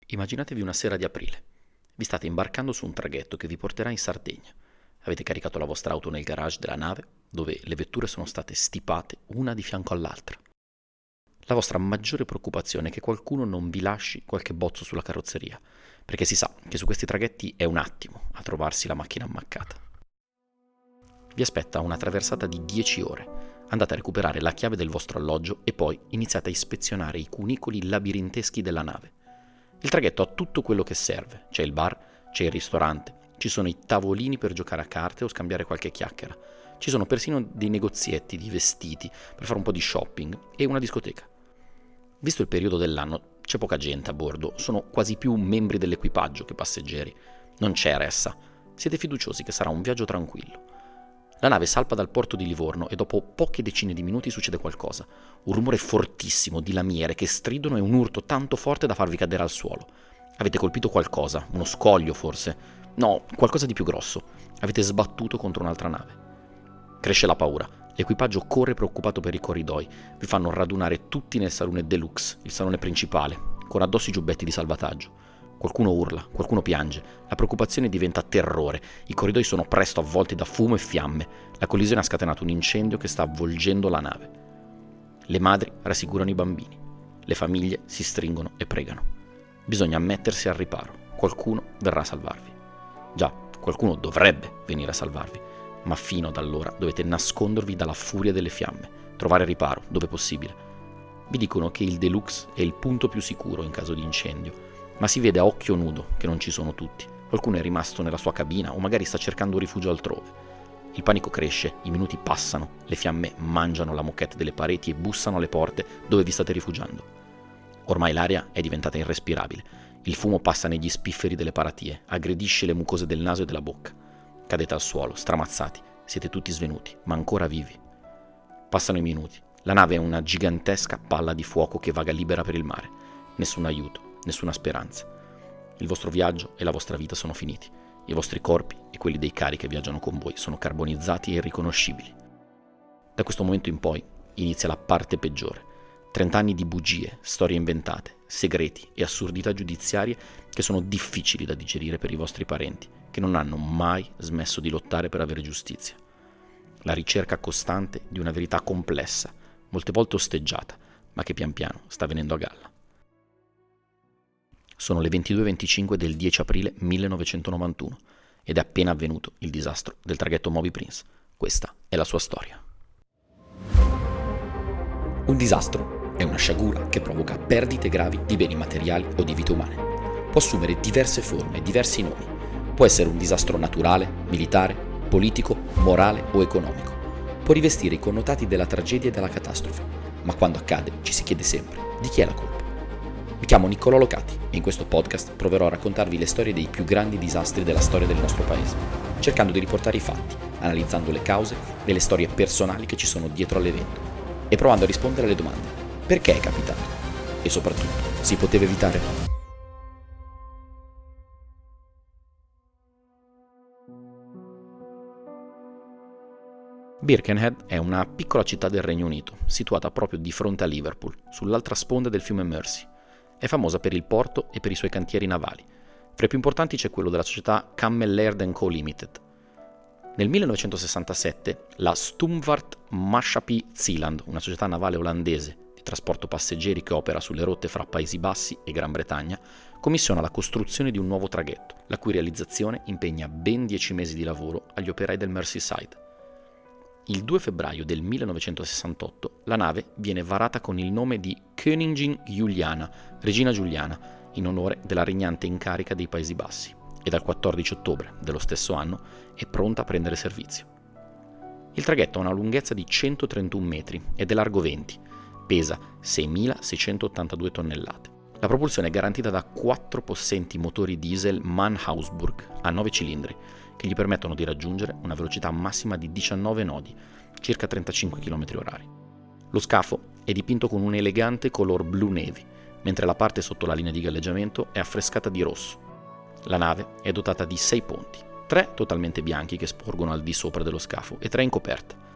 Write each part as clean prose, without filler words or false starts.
Immaginatevi una sera di aprile. Vi state imbarcando su un traghetto che vi porterà in Sardegna. Avete caricato la vostra auto nel garage della nave, dove le vetture sono state stipate una di fianco all'altra. La vostra maggiore preoccupazione è che qualcuno non vi lasci qualche bozzo sulla carrozzeria, perché si sa che su questi traghetti è un attimo a trovarsi la macchina ammaccata. Vi aspetta una traversata di 10 ore. Andate a recuperare la chiave del vostro alloggio e poi iniziate a ispezionare i cunicoli labirinteschi della nave. Il traghetto ha tutto quello che serve. C'è il bar, c'è il ristorante, ci sono i tavolini per giocare a carte o scambiare qualche chiacchiera. Ci sono persino dei negozietti di vestiti per fare un po' di shopping e una discoteca. Visto il periodo dell'anno, c'è poca gente a bordo, sono quasi più membri dell'equipaggio che passeggeri. Non c'è ressa. Siete fiduciosi che sarà un viaggio tranquillo. La nave salpa dal porto di Livorno e dopo poche decine di minuti succede qualcosa. Un rumore fortissimo di lamiere che stridono e un urto tanto forte da farvi cadere al suolo. Avete colpito qualcosa, uno scoglio forse? No, qualcosa di più grosso. Avete sbattuto contro un'altra nave. Cresce la paura. L'equipaggio corre preoccupato per i corridoi. Vi fanno radunare tutti nel salone deluxe, il salone principale, con addosso i giubbetti di salvataggio. Qualcuno urla, qualcuno piange, la preoccupazione diventa terrore, i corridoi sono presto avvolti da fumo e fiamme, la collisione ha scatenato un incendio che sta avvolgendo la nave. Le madri rassicurano i bambini, le famiglie si stringono e pregano. Bisogna mettersi al riparo, qualcuno verrà a salvarvi. Già, qualcuno dovrebbe venire a salvarvi, ma fino ad allora dovete nascondervi dalla furia delle fiamme, trovare riparo dove possibile. Vi dicono che il deluxe è il punto più sicuro in caso di incendio, ma si vede a occhio nudo che non ci sono tutti. Qualcuno è rimasto nella sua cabina o magari sta cercando rifugio altrove. Il panico cresce, i minuti passano, le fiamme mangiano la moquette delle pareti e bussano alle porte dove vi state rifugiando. Ormai l'aria è diventata irrespirabile. Il fumo passa negli spifferi delle paratie, aggredisce le mucose del naso e della bocca. Cadete al suolo, stramazzati, siete tutti svenuti, ma ancora vivi. Passano i minuti. La nave è una gigantesca palla di fuoco che vaga libera per il mare. Nessun aiuto. Nessuna speranza. Il vostro viaggio e la vostra vita sono finiti. I vostri corpi e quelli dei cari che viaggiano con voi sono carbonizzati e irriconoscibili. Da questo momento in poi inizia la parte peggiore. 30 anni di bugie, storie inventate, segreti e assurdità giudiziarie che sono difficili da digerire per i vostri parenti, che non hanno mai smesso di lottare per avere giustizia. La ricerca costante di una verità complessa, molte volte osteggiata, ma che pian piano sta venendo a galla. Sono le 22:25 del 10 aprile 1991 ed è appena avvenuto il disastro del traghetto Moby Prince. Questa è la sua storia. Un disastro è una sciagura che provoca perdite gravi di beni materiali o di vite umane. Può assumere diverse forme, diversi nomi. Può essere un disastro naturale, militare, politico, morale o economico. Può rivestire i connotati della tragedia e della catastrofe, ma quando accade ci si chiede sempre di chi è la colpa. Mi chiamo Niccolò Locati e in questo podcast proverò a raccontarvi le storie dei più grandi disastri della storia del nostro paese, cercando di riportare i fatti, analizzando le cause e le storie personali che ci sono dietro all'evento e provando a rispondere alle domande: perché è capitato? E soprattutto, si poteva evitare? Birkenhead è una piccola città del Regno Unito, situata proprio di fronte a Liverpool, sull'altra sponda del fiume Mersey. È famosa per il porto e per i suoi cantieri navali. Fra i più importanti c'è quello della società Cammell Laird & Co. Limited. Nel 1967 la Stumvaart Maatschappij Zeeland, una società navale olandese di trasporto passeggeri che opera sulle rotte fra Paesi Bassi e Gran Bretagna, commissiona la costruzione di un nuovo traghetto, la cui realizzazione impegna ben 10 mesi di lavoro agli operai del Merseyside. Il 2 febbraio del 1968 la nave viene varata con il nome di Königin Juliana, Regina Giuliana, in onore della regnante in carica dei Paesi Bassi, e dal 14 ottobre dello stesso anno è pronta a prendere servizio. Il traghetto ha una lunghezza di 131 metri ed è largo 20, pesa 6.682 tonnellate. La propulsione è garantita da 4 possenti motori diesel MAN Hausburg a 9 cilindri, che gli permettono di raggiungere una velocità massima di 19 nodi, circa 35 km/h. Lo scafo è dipinto con un elegante color blu navy, mentre la parte sotto la linea di galleggiamento è affrescata di rosso. La nave è dotata di 6 ponti, 3 totalmente bianchi che sporgono al di sopra dello scafo e 3 in coperta.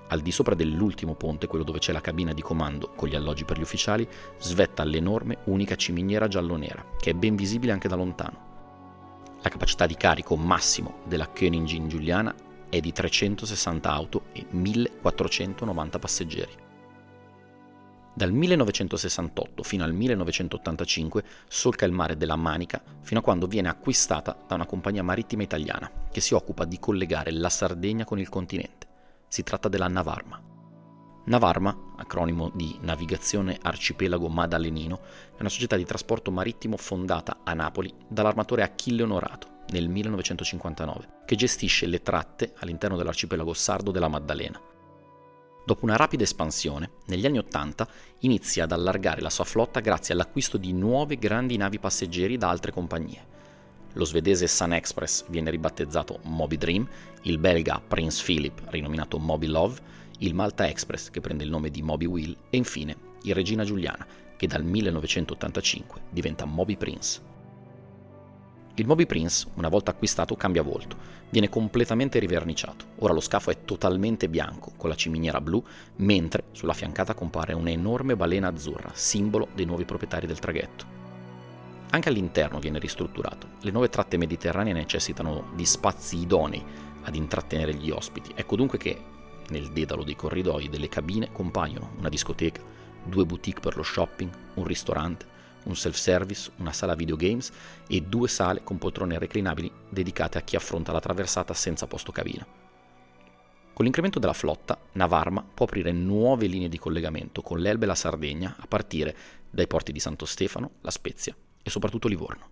al di sopra dell'ultimo ponte, quello dove c'è la cabina di comando con gli alloggi per gli ufficiali, svetta l'enorme unica ciminiera giallo-nera, che è ben visibile anche da lontano. La capacità di carico massimo della Königin Giuliana è di 360 auto e 1490 passeggeri. Dal 1968 fino al 1985 solca il mare della Manica fino a quando viene acquistata da una compagnia marittima italiana che si occupa di collegare la Sardegna con il continente. Si tratta della Navarma. Navarma, acronimo di Navigazione Arcipelago Maddalenino, è una società di trasporto marittimo fondata a Napoli dall'armatore Achille Onorato nel 1959, che gestisce le tratte all'interno dell'arcipelago sardo della Maddalena. Dopo una rapida espansione, negli anni '80 inizia ad allargare la sua flotta grazie all'acquisto di nuove grandi navi passeggeri da altre compagnie. Lo svedese Sun Express viene ribattezzato Moby Dream, il belga Prince Philip rinominato Moby Love, il Malta Express che prende il nome di Moby Will e infine il Regina Giuliana che dal 1985 diventa Moby Prince. Il Moby Prince, una volta acquistato, cambia volto, viene completamente riverniciato. Ora lo scafo è totalmente bianco, con la ciminiera blu, mentre sulla fiancata compare un'enorme balena azzurra, simbolo dei nuovi proprietari del traghetto. Anche all'interno viene ristrutturato. Le nuove tratte mediterranee necessitano di spazi idonei ad intrattenere gli ospiti. Ecco dunque che nel dedalo dei corridoi delle cabine compaiono una discoteca, 2 boutique per lo shopping, un ristorante, un self-service, una sala videogames e 2 sale con poltrone reclinabili dedicate a chi affronta la traversata senza posto cabina. Con l'incremento della flotta, Navarma può aprire nuove linee di collegamento con l'Elbe e la Sardegna a partire dai porti di Santo Stefano, La Spezia e soprattutto Livorno.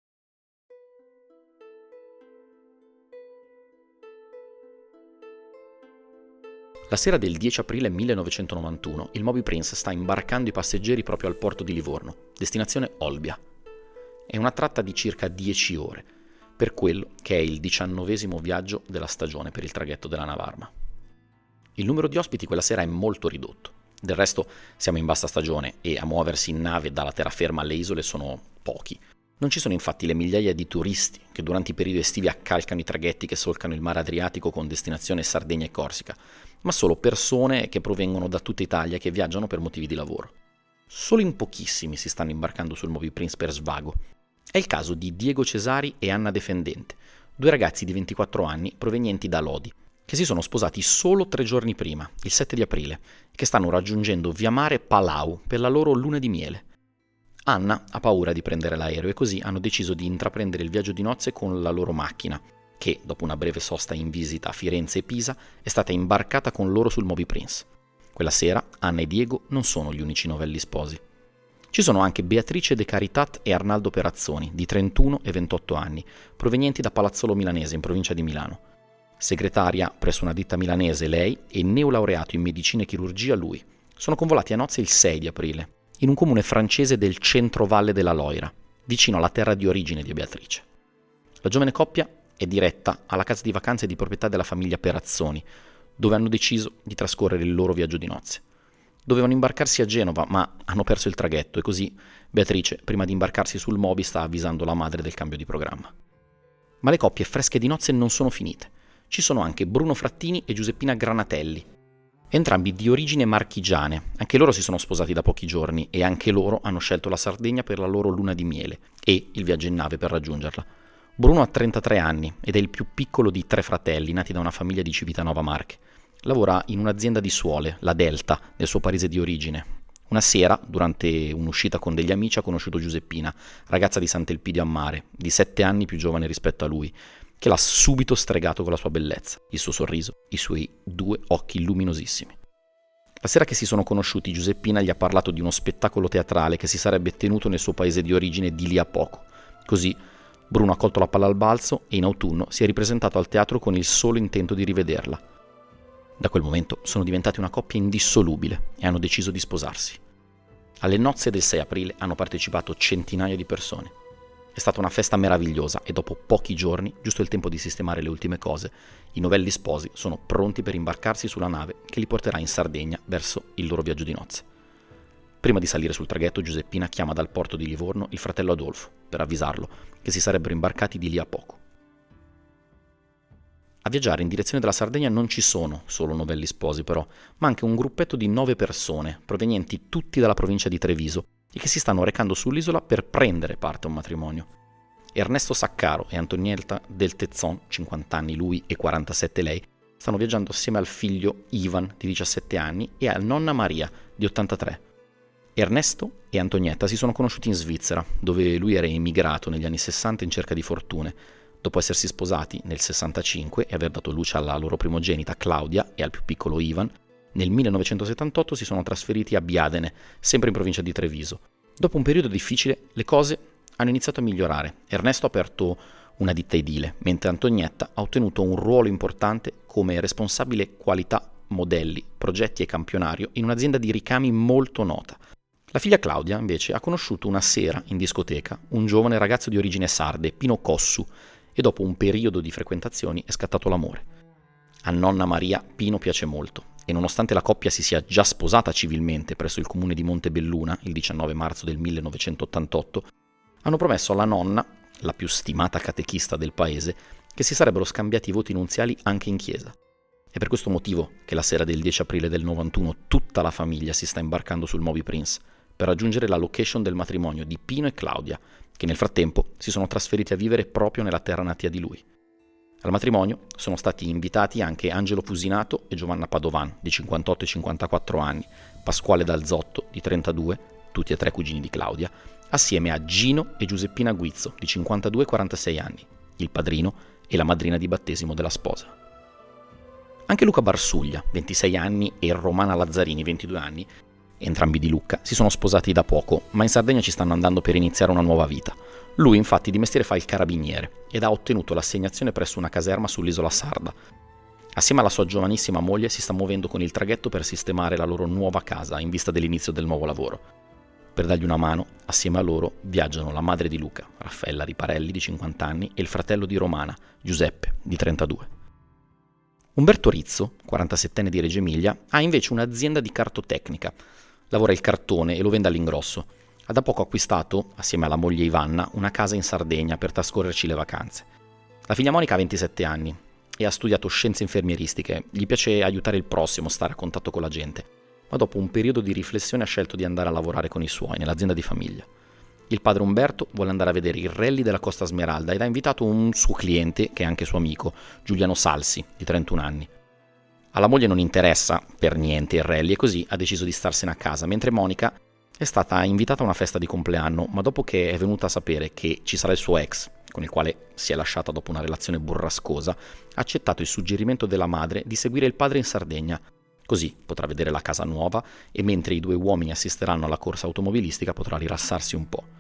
La sera del 10 aprile 1991 il Moby Prince sta imbarcando i passeggeri proprio al porto di Livorno, destinazione Olbia. È una tratta di circa 10 ore, per quello che è il 19° viaggio della stagione per il traghetto della Navarma. Il numero di ospiti quella sera è molto ridotto. Del resto siamo in bassa stagione e a muoversi in nave dalla terraferma alle isole sono pochi. Non ci sono infatti le migliaia di turisti che durante i periodi estivi accalcano i traghetti che solcano il mare Adriatico con destinazione Sardegna e Corsica, ma solo persone che provengono da tutta Italia e che viaggiano per motivi di lavoro. Solo in pochissimi si stanno imbarcando sul Moby Prince per svago. È il caso di Diego Cesari e Anna Defendente, 2 ragazzi di 24 anni provenienti da Lodi, che si sono sposati solo 3 giorni prima, il 7 di aprile, e che stanno raggiungendo via mare Palau per la loro luna di miele. Anna ha paura di prendere l'aereo e così hanno deciso di intraprendere il viaggio di nozze con la loro macchina, che, dopo una breve sosta in visita a Firenze e Pisa, è stata imbarcata con loro sul Moby Prince. Quella sera Anna e Diego non sono gli unici novelli sposi. Ci sono anche Beatrice De Caritat e Arnaldo Perazzoni, di 31 e 28 anni, provenienti da Palazzolo Milanese, in provincia di Milano. Segretaria presso una ditta milanese lei e neolaureato in medicina e chirurgia lui. Sono convolati a nozze il 6 di aprile, in un comune francese del centro-valle della Loira, vicino alla terra di origine di Beatrice. La giovane coppia è diretta alla casa di vacanze di proprietà della famiglia Perazzoni, dove hanno deciso di trascorrere il loro viaggio di nozze. Dovevano imbarcarsi a Genova, ma hanno perso il traghetto e così Beatrice, prima di imbarcarsi sul Moby, sta avvisando la madre del cambio di programma. Ma le coppie fresche di nozze non sono finite. Ci sono anche Bruno Frattini e Giuseppina Granatelli, entrambi di origine marchigiane. Anche loro si sono sposati da pochi giorni e anche loro hanno scelto la Sardegna per la loro luna di miele e il viaggio in nave per raggiungerla. Bruno ha 33 anni ed è il più piccolo di 3 fratelli nati da una famiglia di Civitanova Marche. Lavora in un'azienda di suole, la Delta, nel suo paese di origine. Una sera, durante un'uscita con degli amici, ha conosciuto Giuseppina, ragazza di Sant'Elpidio a Mare, di 7 anni più giovane rispetto a lui, che l'ha subito stregato con la sua bellezza, il suo sorriso, i suoi 2 occhi luminosissimi. La sera che si sono conosciuti, Giuseppina gli ha parlato di uno spettacolo teatrale che si sarebbe tenuto nel suo paese di origine di lì a poco. Così Bruno ha colto la palla al balzo e in autunno si è ripresentato al teatro con il solo intento di rivederla. Da quel momento sono diventati una coppia indissolubile e hanno deciso di sposarsi. Alle nozze del 6 aprile hanno partecipato centinaia di persone. È stata una festa meravigliosa e dopo pochi giorni, giusto il tempo di sistemare le ultime cose, i novelli sposi sono pronti per imbarcarsi sulla nave che li porterà in Sardegna verso il loro viaggio di nozze. Prima di salire sul traghetto, Giuseppina chiama dal porto di Livorno il fratello Adolfo per avvisarlo che si sarebbero imbarcati di lì a poco. A viaggiare in direzione della Sardegna non ci sono solo novelli sposi però, ma anche un gruppetto di 9 persone, provenienti tutti dalla provincia di Treviso, e che si stanno recando sull'isola per prendere parte a un matrimonio. Ernesto Saccaro e Antonietta del Tezzon, 50 anni lui e 47 lei, stanno viaggiando assieme al figlio Ivan, di 17 anni, e a nonna Maria, di 83. Ernesto e Antonietta si sono conosciuti in Svizzera, dove lui era emigrato negli anni 60 in cerca di fortune. Dopo essersi sposati nel 65 e aver dato luce alla loro primogenita Claudia e al più piccolo Ivan, nel 1978 si sono trasferiti a Biadene, sempre in provincia di Treviso. Dopo un periodo difficile, le cose hanno iniziato a migliorare. Ernesto ha aperto una ditta edile, mentre Antonietta ha ottenuto un ruolo importante come responsabile qualità, modelli, progetti e campionario in un'azienda di ricami molto nota. La figlia Claudia, invece, ha conosciuto una sera in discoteca un giovane ragazzo di origine sarde, Pino Cossu, e dopo un periodo di frequentazioni è scattato l'amore. A nonna Maria Pino piace molto e nonostante la coppia si sia già sposata civilmente presso il comune di Montebelluna il 19 marzo del 1988, hanno promesso alla nonna, la più stimata catechista del paese, che si sarebbero scambiati i voti nuziali anche in chiesa. È per questo motivo che la sera del 10 aprile del 91 tutta la famiglia si sta imbarcando sul Moby Prince per raggiungere la location del matrimonio di Pino e Claudia, che nel frattempo si sono trasferiti a vivere proprio nella terra natia di lui. Al matrimonio sono stati invitati anche Angelo Fusinato e Giovanna Padovan, di 58 e 54 anni, Pasquale Dalzotto, di 32, tutti e tre cugini di Claudia, assieme a Gino e Giuseppina Guizzo, di 52 e 46 anni, il padrino e la madrina di battesimo della sposa. Anche Luca Barsuglia, 26 anni, e Romana Lazzarini, 22 anni, entrambi di Lucca, si sono sposati da poco, ma in Sardegna ci stanno andando per iniziare una nuova vita. Lui infatti di mestiere fa il carabiniere ed ha ottenuto l'assegnazione presso una caserma sull'isola sarda. Assieme alla sua giovanissima moglie si sta muovendo con il traghetto per sistemare la loro nuova casa in vista dell'inizio del nuovo lavoro. Per dargli una mano, assieme a loro viaggiano la madre di Luca, Raffaella Riparelli, di 50 anni, e il fratello di Romana, Giuseppe, di 32. Umberto Rizzo, 47enne di Reggio Emilia, ha invece un'azienda di cartotecnica. Lavora il cartone e lo vende all'ingrosso. Ha da poco acquistato, assieme alla moglie Ivanna, una casa in Sardegna per trascorrerci le vacanze. La figlia Monica ha 27 anni e ha studiato scienze infermieristiche. Gli piace aiutare il prossimo, stare a contatto con la gente. Ma dopo un periodo di riflessione ha scelto di andare a lavorare con i suoi, nell'azienda di famiglia. Il padre Umberto vuole andare a vedere il rally della Costa Smeralda ed ha invitato un suo cliente, che è anche suo amico, Giuliano Salsi, di 31 anni. Alla moglie non interessa per niente il rally e così ha deciso di starsene a casa, mentre Monica è stata invitata a una festa di compleanno, ma dopo che è venuta a sapere che ci sarà il suo ex, con il quale si è lasciata dopo una relazione burrascosa, ha accettato il suggerimento della madre di seguire il padre in Sardegna. Così potrà vedere la casa nuova e mentre i due uomini assisteranno alla corsa automobilistica potrà rilassarsi un po'.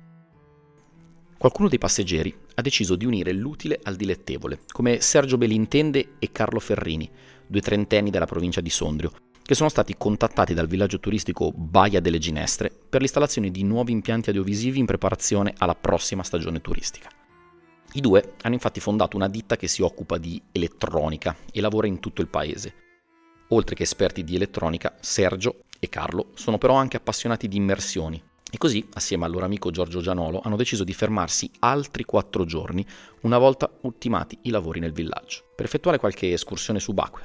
Qualcuno dei passeggeri ha deciso di unire l'utile al dilettevole, come Sergio Belintende e Carlo Ferrini, due trentenni della provincia di Sondrio, che sono stati contattati dal villaggio turistico Baia delle Ginestre per l'installazione di nuovi impianti audiovisivi in preparazione alla prossima stagione turistica. I due hanno infatti fondato una ditta che si occupa di elettronica e lavora in tutto il paese. Oltre che esperti di elettronica, Sergio e Carlo sono però anche appassionati di immersioni e così, assieme al loro amico Giorgio Gianolo, hanno deciso di fermarsi altri 4 giorni una volta ultimati i lavori nel villaggio, per effettuare qualche escursione subacquea.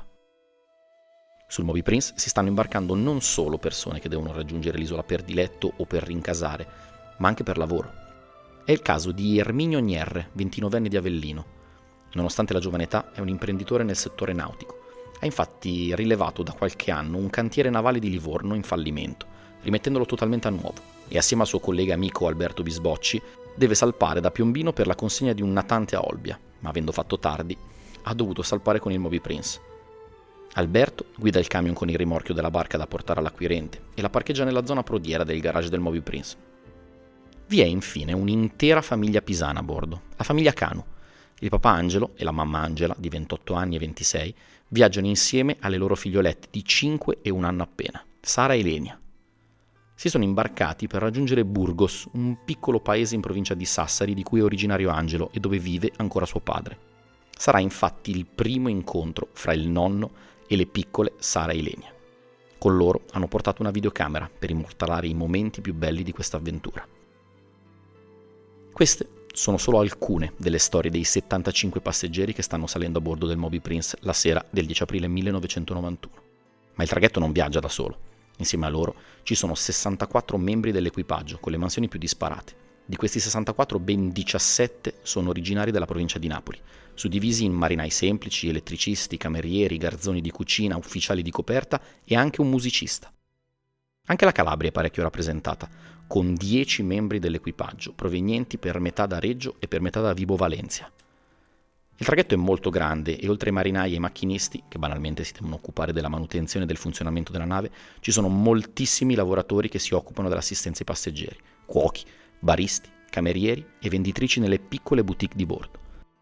Sul Moby Prince si stanno imbarcando non solo persone che devono raggiungere l'isola per diletto o per rincasare, ma anche per lavoro. È il caso di Erminio Nierre, 29enne di Avellino. Nonostante la giovane età, è un imprenditore nel settore nautico. Ha infatti rilevato da qualche anno un cantiere navale di Livorno in fallimento, rimettendolo totalmente a nuovo, e assieme al suo collega amico Alberto Bisbocci deve salpare da Piombino per la consegna di un natante a Olbia, ma avendo fatto tardi ha dovuto salpare con il Moby Prince. Alberto guida il camion con il rimorchio della barca da portare all'acquirente e la parcheggia nella zona prodiera del garage del Moby Prince. Vi è infine un'intera famiglia pisana a bordo, la famiglia Canu. Il papà Angelo e la mamma Angela, di 28 anni e 26, viaggiano insieme alle loro figliolette di 5 e 1 anno appena, Sara e Lenia. Si sono imbarcati per raggiungere Burgos, un piccolo paese in provincia di Sassari di cui è originario Angelo e dove vive ancora suo padre. Sarà infatti il primo incontro fra il nonno e le piccole Sara e Lenia. Con loro hanno portato una videocamera per immortalare i momenti più belli di questa avventura. Queste sono solo alcune delle storie dei 75 passeggeri che stanno salendo a bordo del Moby Prince la sera del 10 aprile 1991. Ma il traghetto non viaggia da solo. Insieme a loro ci sono 64 membri dell'equipaggio con le mansioni più disparate. Di questi 64, ben 17 sono originari della provincia di Napoli, suddivisi in marinai semplici, elettricisti, camerieri, garzoni di cucina, ufficiali di coperta e anche un musicista. Anche la Calabria è parecchio rappresentata, con 10 membri dell'equipaggio, provenienti per metà da Reggio e per metà da Vibo Valentia. Il traghetto è molto grande e oltre ai marinai e ai macchinisti, che banalmente si devono occupare della manutenzione e del funzionamento della nave, ci sono moltissimi lavoratori che si occupano dell'assistenza ai passeggeri, cuochi, baristi, camerieri e venditrici nelle piccole boutique di bordo.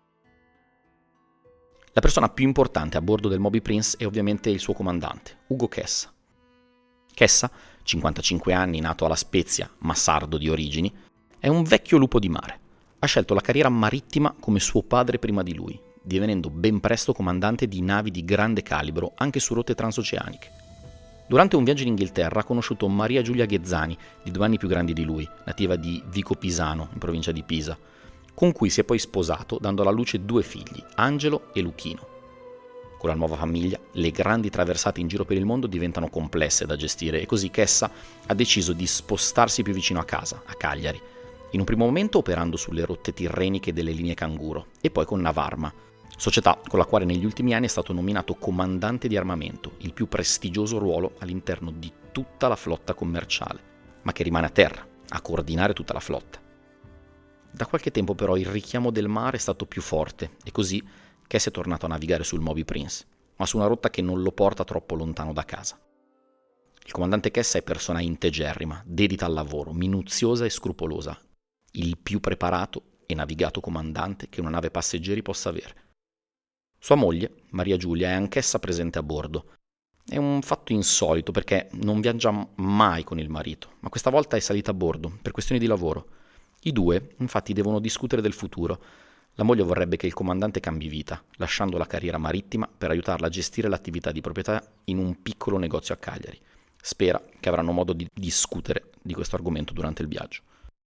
La persona più importante a bordo del Moby Prince è ovviamente il suo comandante, Ugo Chessa. Chessa, 55 anni, nato a La Spezia, ma sardo di origini, è un vecchio lupo di mare. Ha scelto la carriera marittima come suo padre prima di lui, divenendo ben presto comandante di navi di grande calibro anche su rotte transoceaniche. Durante un viaggio in Inghilterra ha conosciuto Maria Giulia Ghezzani, di 2 anni più grandi di lui, nativa di Vico Pisano, in provincia di Pisa, con cui si è poi sposato, dando alla luce 2 figli, Angelo e Luchino. Con la nuova famiglia, le grandi traversate in giro per il mondo diventano complesse da gestire e così Chessa ha deciso di spostarsi più vicino a casa, a Cagliari, in un primo momento operando sulle rotte tirreniche delle linee Canguro e poi con Navarma, società con la quale negli ultimi anni è stato nominato comandante di armamento, il più prestigioso ruolo all'interno di tutta la flotta commerciale, ma che rimane a terra, a coordinare tutta la flotta. Da qualche tempo però il richiamo del mare è stato più forte e così Chessa è tornato a navigare sul Moby Prince, ma su una rotta che non lo porta troppo lontano da casa. Il comandante Chessa è persona integerrima, dedita al lavoro, minuziosa e scrupolosa, il più preparato e navigato comandante che una nave passeggeri possa avere. Sua moglie, Maria Giulia, è anch'essa presente a bordo. È un fatto insolito perché non viaggia mai con il marito, ma questa volta è salita a bordo per questioni di lavoro. I due, infatti, devono discutere del futuro. La moglie vorrebbe che il comandante cambi vita, lasciando la carriera marittima per aiutarla a gestire l'attività di proprietà in un piccolo negozio a Cagliari. Spera che avranno modo di discutere di questo argomento durante il viaggio.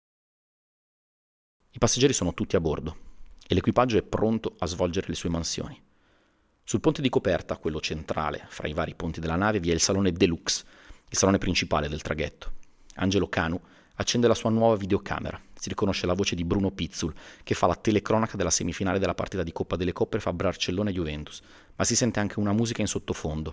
I passeggeri sono tutti a bordo e l'equipaggio è pronto a svolgere le sue mansioni. Sul ponte di coperta, quello centrale, fra i vari ponti della nave, vi è il salone Deluxe, il salone principale del traghetto. Angelo Canu accende la sua nuova videocamera. Si riconosce la voce di Bruno Pizzul, che fa la telecronaca della semifinale della partita di Coppa delle Coppe fra Barcellona e Juventus, ma si sente anche una musica in sottofondo.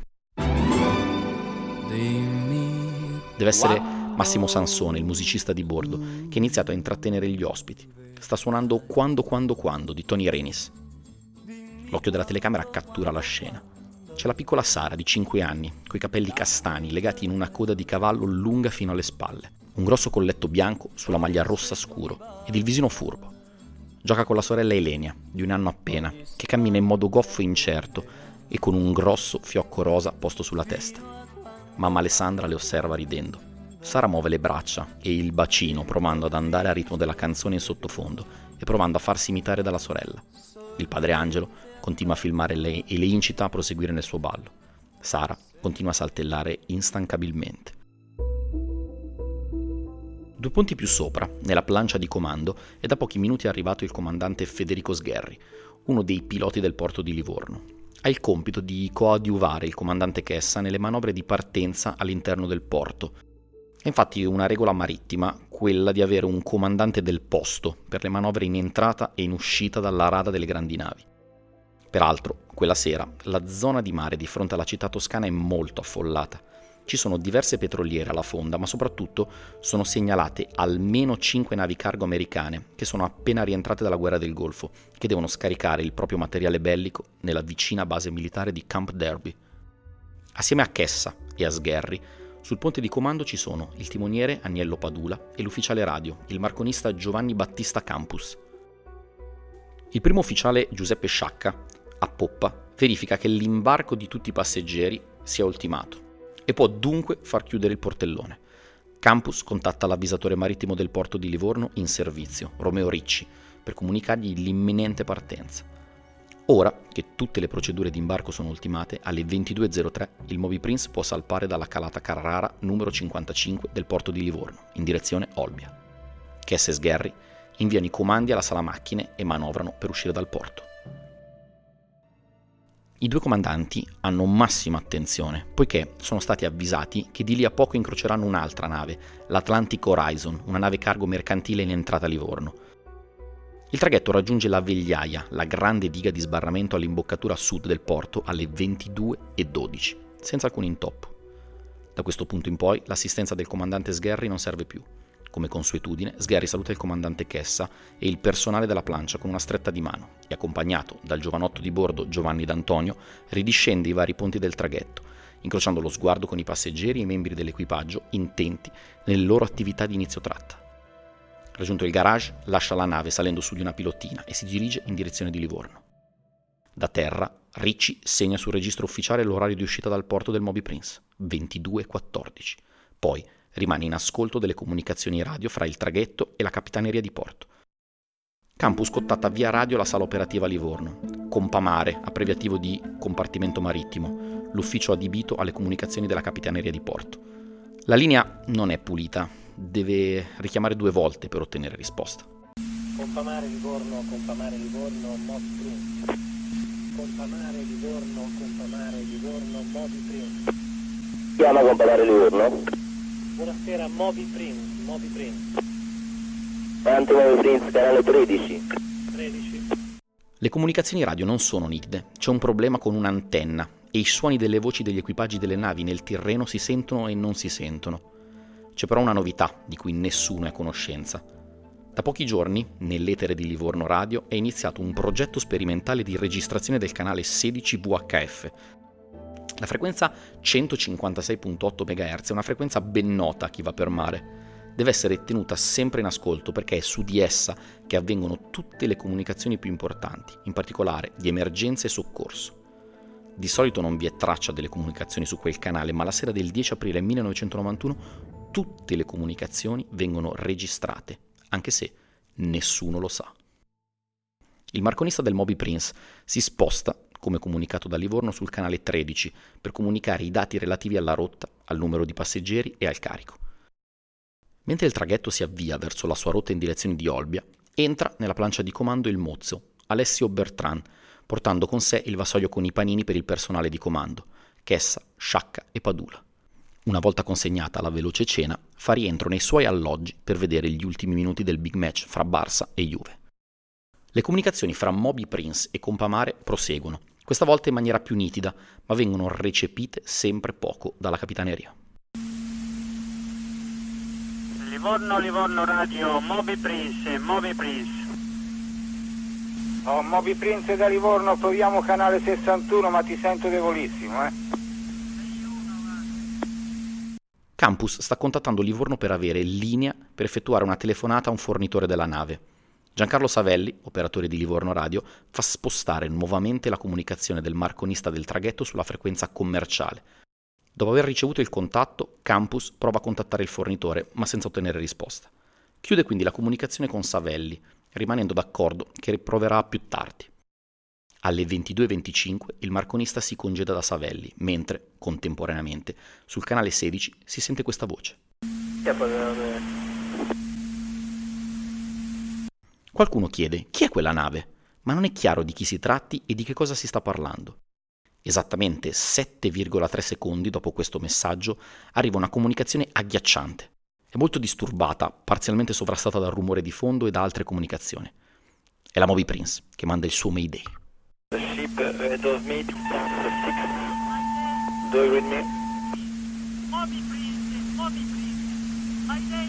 Deve essere Massimo Sansone, il musicista di bordo, che ha iniziato a intrattenere gli ospiti. Sta suonando Quando di Tony Renis. L'occhio della telecamera cattura la scena. C'è la piccola Sara di 5 anni, coi capelli castani legati in una coda di cavallo lunga fino alle spalle, un grosso colletto bianco sulla maglia rossa scuro ed il visino furbo. Gioca con la sorella Elenia, di 1 anno appena, che cammina in modo goffo e incerto e con un grosso fiocco rosa posto sulla testa. Mamma Alessandra le osserva ridendo. Sara muove le braccia e il bacino, provando ad andare al ritmo della canzone in sottofondo e provando a farsi imitare dalla sorella. Il padre Angelo continua a filmare lei e le incita a proseguire nel suo ballo. Sara continua a saltellare instancabilmente. 2 ponti più sopra, nella plancia di comando, è da pochi minuti arrivato il comandante Federico Sgherri, uno dei piloti del porto di Livorno. Ha il compito di coadiuvare il comandante Chessa nelle manovre di partenza all'interno del porto. È infatti una regola marittima quella di avere un comandante del posto per le manovre in entrata e in uscita dalla rada delle grandi navi. Peraltro, quella sera, la zona di mare di fronte alla città toscana è molto affollata. Ci sono diverse petroliere alla fonda, ma soprattutto sono segnalate almeno 5 navi cargo americane che sono appena rientrate dalla guerra del Golfo, che devono scaricare il proprio materiale bellico nella vicina base militare di Camp Derby. Assieme a Chessa e a Sgherri, sul ponte di comando ci sono il timoniere Agnello Padula e l'ufficiale radio, il marconista Giovanni Battista Campus. Il primo ufficiale Giuseppe Sciacca, a poppa, verifica che l'imbarco di tutti i passeggeri sia ultimato e può dunque far chiudere il portellone. Campus contatta l'avvisatore marittimo del porto di Livorno in servizio, Romeo Ricci, per comunicargli l'imminente partenza. Ora che tutte le procedure di imbarco sono ultimate, alle 22:03 il Moby Prince può salpare dalla calata Carrara numero 55 del porto di Livorno, in direzione Olbia. Chessa e Sgherri inviano i comandi alla sala macchine e manovrano per uscire dal porto. I due comandanti hanno massima attenzione, poiché sono stati avvisati che di lì a poco incroceranno un'altra nave, l'Atlantic Horizon, una nave cargo mercantile in entrata a Livorno. Il traghetto raggiunge la Vegliaia, la grande diga di sbarramento all'imboccatura sud del porto, alle 22:12, senza alcun intoppo. Da questo punto in poi l'assistenza del comandante Sgherri non serve più. Come consuetudine, Sgherri saluta il comandante Chessa e il personale della plancia con una stretta di mano e, accompagnato dal giovanotto di bordo Giovanni D'Antonio, ridiscende i vari ponti del traghetto, incrociando lo sguardo con i passeggeri e i membri dell'equipaggio intenti nelle loro attività di inizio tratta. Raggiunto il garage, lascia la nave salendo su di una pilottina e si dirige in direzione di Livorno. Da terra, Ricci segna sul registro ufficiale l'orario di uscita dal porto del Moby Prince, 22:14. Poi rimane in ascolto delle comunicazioni radio fra il traghetto e la capitaneria di porto. Campus contatta via radio la sala operativa a Livorno, Compamare, abbreviativo di compartimento marittimo, l'ufficio adibito alle comunicazioni della capitaneria di porto. La linea non è pulita, deve richiamare 2 volte per ottenere risposta. Compamare Livorno, Moby Prince. Compamare Livorno, Moby Prince. Chiama Compamare Livorno. Buonasera, Moby Prince. Quanto Moby Prince, canale 13. 13. Le comunicazioni radio non sono nitide, c'è un problema con un'antenna e i suoni delle voci degli equipaggi delle navi nel Tirreno si sentono e non si sentono. C'è però una novità di cui nessuno è a conoscenza. Da pochi giorni, nell'etere di Livorno Radio, è iniziato un progetto sperimentale di registrazione del canale 16 VHF. La frequenza 156.8 MHz è una frequenza ben nota a chi va per mare. Deve essere tenuta sempre in ascolto perché è su di essa che avvengono tutte le comunicazioni più importanti, in particolare di emergenza e soccorso. Di solito non vi è traccia delle comunicazioni su quel canale, ma la sera del 10 aprile 1991 tutte le comunicazioni vengono registrate, anche se nessuno lo sa. Il marconista del Moby Prince si sposta, come comunicato da Livorno, sul canale 13 per comunicare i dati relativi alla rotta, al numero di passeggeri e al carico. Mentre il traghetto si avvia verso la sua rotta in direzione di Olbia, entra nella plancia di comando il mozzo, Alessio Bertrand, portando con sé il vassoio con i panini per il personale di comando, Chessa, Sciacca e Padula. Una volta consegnata la veloce cena, fa rientro nei suoi alloggi per vedere gli ultimi minuti del big match fra Barça e Juve. Le comunicazioni fra Moby Prince e Compamare proseguono, questa volta in maniera più nitida, ma vengono recepite sempre poco dalla capitaneria. Livorno Radio, Moby Prince. Oh, Moby Prince da Livorno, proviamo canale 61, ma ti sento debolissimo, Campus sta contattando Livorno per avere linea per effettuare una telefonata a un fornitore della nave. Giancarlo Savelli, operatore di Livorno Radio, fa spostare nuovamente la comunicazione del marconista del traghetto sulla frequenza commerciale. Dopo aver ricevuto il contatto, Campus prova a contattare il fornitore, ma senza ottenere risposta. Chiude quindi la comunicazione con Savelli, rimanendo d'accordo che riproverà più tardi. Alle 22:25 il marconista si congeda da Savelli, mentre, contemporaneamente, sul canale 16 si sente questa voce. Qualcuno chiede chi è quella nave, ma non è chiaro di chi si tratti e di che cosa si sta parlando. Esattamente 7,3 secondi dopo questo messaggio arriva una comunicazione agghiacciante. È molto disturbata, parzialmente sovrastata dal rumore di fondo e da altre comunicazioni. È la Moby Prince che manda il suo Mayday. The ship ahead of me, 6. Do you read me? Moby Prince, Mayday,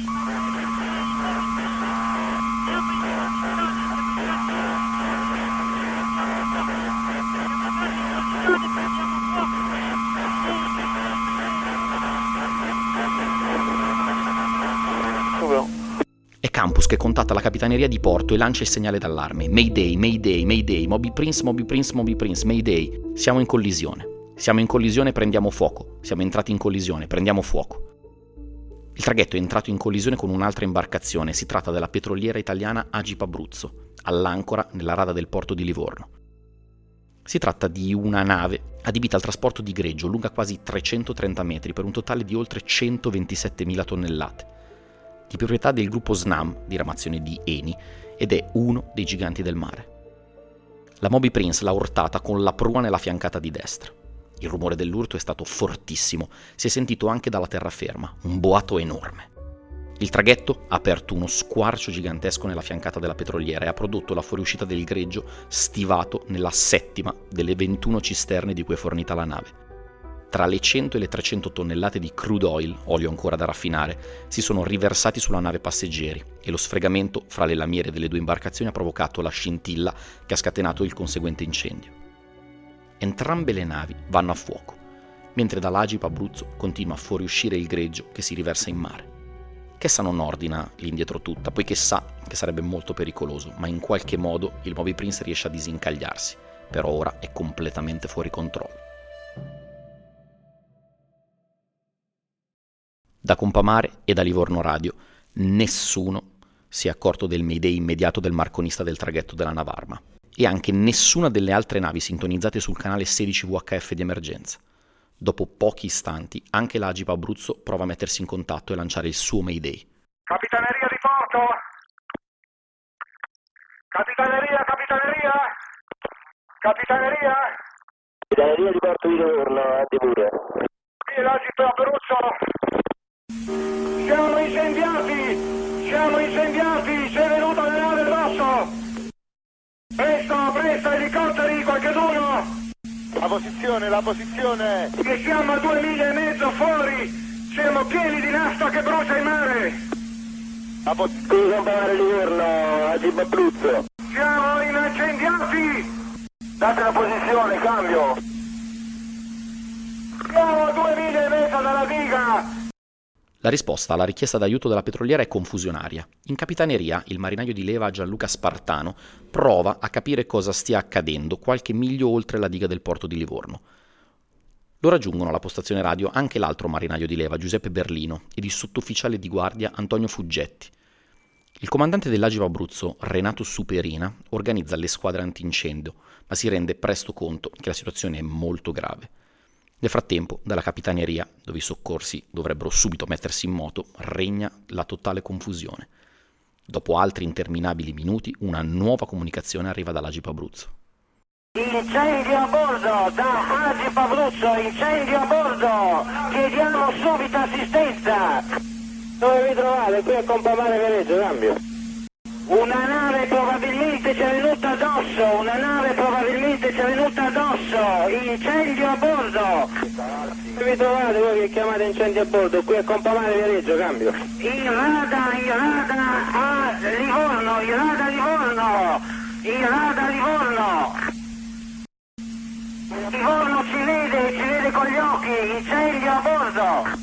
È Campus che contatta la capitaneria di porto e lancia il segnale d'allarme. Mayday, Moby Prince, Mayday. Siamo in collisione, prendiamo fuoco. Siamo entrati in collisione, prendiamo fuoco. Il traghetto è entrato in collisione con un'altra imbarcazione. Si tratta della petroliera italiana Agip Abruzzo, all'ancora nella rada del porto di Livorno. Si tratta di una nave adibita al trasporto di greggio, lunga quasi 330 metri, per un totale di oltre 127.000 tonnellate. di proprietà del gruppo Snam, diramazione di Eni, ed è uno dei giganti del mare. La Moby Prince l'ha urtata con la prua nella fiancata di destra. Il rumore dell'urto è stato fortissimo, si è sentito anche dalla terraferma, un boato enorme. Il traghetto ha aperto uno squarcio gigantesco nella fiancata della petroliera e ha prodotto la fuoriuscita del greggio stivato nella 7ª delle 21 cisterne di cui è fornita la nave. Tra le 100 e le 300 tonnellate di crude oil, olio ancora da raffinare, si sono riversati sulla nave passeggeri e lo sfregamento fra le lamiere delle due imbarcazioni ha provocato la scintilla che ha scatenato il conseguente incendio. Entrambe le navi vanno a fuoco, mentre dall'Agip Abruzzo continua a fuoriuscire il greggio che si riversa in mare. Chessa non ordina l'indietro tutta, poiché sa che sarebbe molto pericoloso, ma in qualche modo il Moby Prince riesce a disincagliarsi. Per ora è completamente fuori controllo. Da Compamare e da Livorno Radio nessuno si è accorto del mayday immediato del marconista del traghetto della Navarma e anche nessuna delle altre navi sintonizzate sul canale 16 VHF di emergenza. Dopo pochi istanti anche l'Agip Abruzzo prova a mettersi in contatto e lanciare il suo mayday. Capitaneria di porto! Capitaneria! Capitaneria! Capitaneria di Porto di Livorno, pure. Qui è l'Agip Abruzzo! Siamo incendiati! C'è venuta la nave rosso! Presto, elicotteri, qualcheduno! La posizione! Che siamo a 2 miglia e mezzo fuori! Siamo pieni di nafta che brucia in mare! Qui Compamare Livorno, Agip Abruzzo. Siamo incendiati! Date la posizione, cambio! Siamo a 2 miglia e mezzo dalla diga! La risposta alla richiesta d'aiuto della petroliera è confusionaria. In capitaneria, il marinaio di leva Gianluca Spartano prova a capire cosa stia accadendo qualche miglio oltre la diga del porto di Livorno. Lo raggiungono alla postazione radio anche l'altro marinaio di leva, Giuseppe Berlino, ed il sottufficiale di guardia Antonio Fuggetti. Il comandante dell'Agip Abruzzo, Renato Superina, organizza le squadre antincendio, ma si rende presto conto che la situazione è molto grave. Nel frattempo, dalla capitaneria, dove i soccorsi dovrebbero subito mettersi in moto, regna la totale confusione. Dopo altri interminabili minuti, una nuova comunicazione arriva dall'Agip Abruzzo. Incendio a bordo, da Agip Abruzzo, incendio a bordo! Chiediamo subito assistenza! Dove vi trovate? Qui a Compamare Viareggio, cambio. Una nave probabilmente ci è venuta addosso, incendio a bordo! Dove vi trovate voi che chiamate incendio a bordo? Qui a Compamare Viareggio, cambio. Il rada a Livorno! Livorno ci vede con gli occhi, incendio a bordo!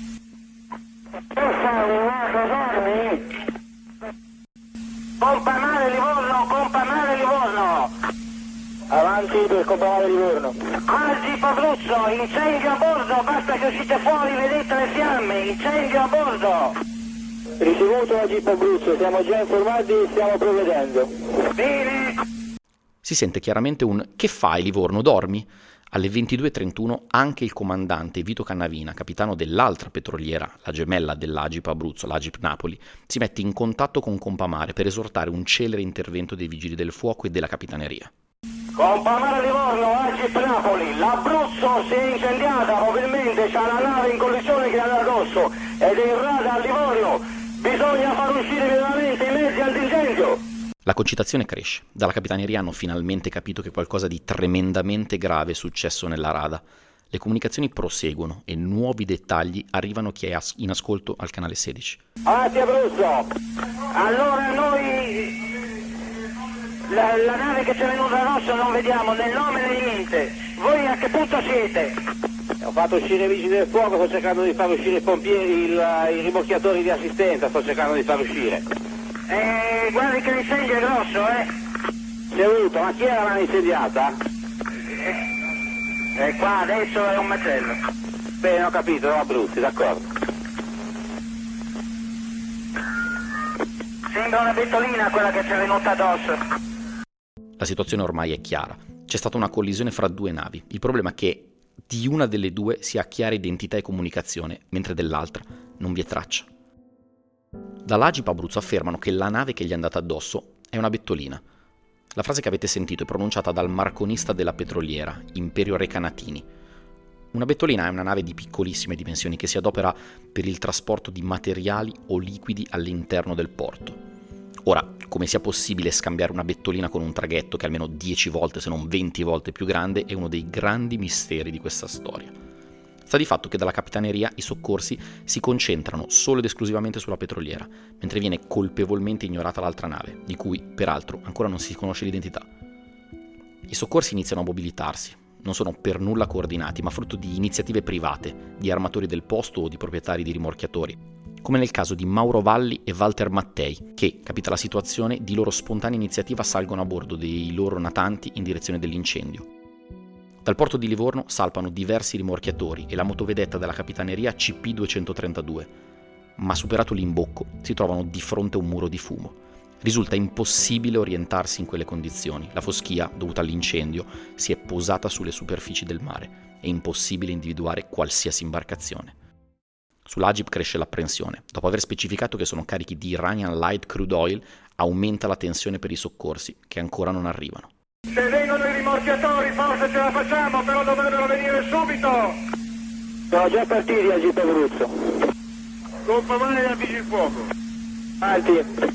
Compamare Livorno! Avanti per Compamare Livorno. Agip Abruzzo, incendio a bordo, basta che uscite fuori, vedete le fiamme, incendio a bordo! Ricevuto Agip Abruzzo, siamo già informati e stiamo provvedendo. Bene! Si sente chiaramente un «Che fai, Livorno, dormi?» Alle 22:31 anche il comandante Vito Cannavina, capitano dell'altra petroliera, la gemella dell'Agip Abruzzo, l'Agip Napoli, si mette in contatto con Compamare per esortare un celere intervento dei vigili del fuoco e della capitaneria. Compamare Livorno, Agip Napoli, l'Abruzzo si è incendiata, probabilmente c'ha la nave in collisione che andrà addosso ed è in rada a Livorno, bisogna far uscire immediatamente i mezzi antincendio. La concitazione cresce. Dalla capitaneria hanno finalmente capito che qualcosa di tremendamente grave è successo nella rada. Le comunicazioni proseguono e nuovi dettagli arrivano a chi è in ascolto al canale 16. Avanti Abruzzo! Allora noi la nave che ci è venuta addosso non vediamo né nome né niente. Voi a che punto siete? Ho fatto uscire i vigili del fuoco, sto cercando di far uscire i pompieri, i rimorchiatori di assistenza, sto cercando di far uscire. Guardi che l'incendio è grosso, Si è avuto, ma chi era incendiata? Qua adesso è un macello. Bene, ho capito, Abruzzi, d'accordo. Sembra una pentolina quella che ci è venuta addosso. La situazione ormai è chiara. C'è stata una collisione fra due navi. Il problema è che di una delle due si ha chiara identità e comunicazione, mentre dell'altra non vi è traccia. Dall'Agip Abruzzo affermano che la nave che gli è andata addosso è una bettolina. La frase che avete sentito è pronunciata dal marconista della petroliera, Imperio Recanatini. Una bettolina è una nave di piccolissime dimensioni che si adopera per il trasporto di materiali o liquidi all'interno del porto. Ora, come sia possibile scambiare una bettolina con un traghetto che è almeno 10 volte se non 20 volte più grande è uno dei grandi misteri di questa storia. Sta di fatto che dalla capitaneria i soccorsi si concentrano solo ed esclusivamente sulla petroliera, mentre viene colpevolmente ignorata l'altra nave, di cui, peraltro, ancora non si conosce l'identità. I soccorsi iniziano a mobilitarsi, non sono per nulla coordinati, ma frutto di iniziative private, di armatori del posto o di proprietari di rimorchiatori, come nel caso di Mauro Valli e Walter Mattei, che, capita la situazione, di loro spontanea iniziativa salgono a bordo dei loro natanti in direzione dell'incendio. Dal porto di Livorno salpano diversi rimorchiatori e la motovedetta della capitaneria CP232, ma superato l'imbocco si trovano di fronte a un muro di fumo. Risulta impossibile orientarsi in quelle condizioni, la foschia, dovuta all'incendio, si è posata sulle superfici del mare, è impossibile individuare qualsiasi imbarcazione. Sull'Agip cresce l'apprensione. Dopo aver specificato che sono carichi di Iranian Light Crude Oil, aumenta la tensione per i soccorsi, che ancora non arrivano. Se vengono i rimorchiatori forse ce la facciamo, però dovrebbero venire subito! Sono già partiti Agip Abruzzo. Compamare da vigili il fuoco. Alti.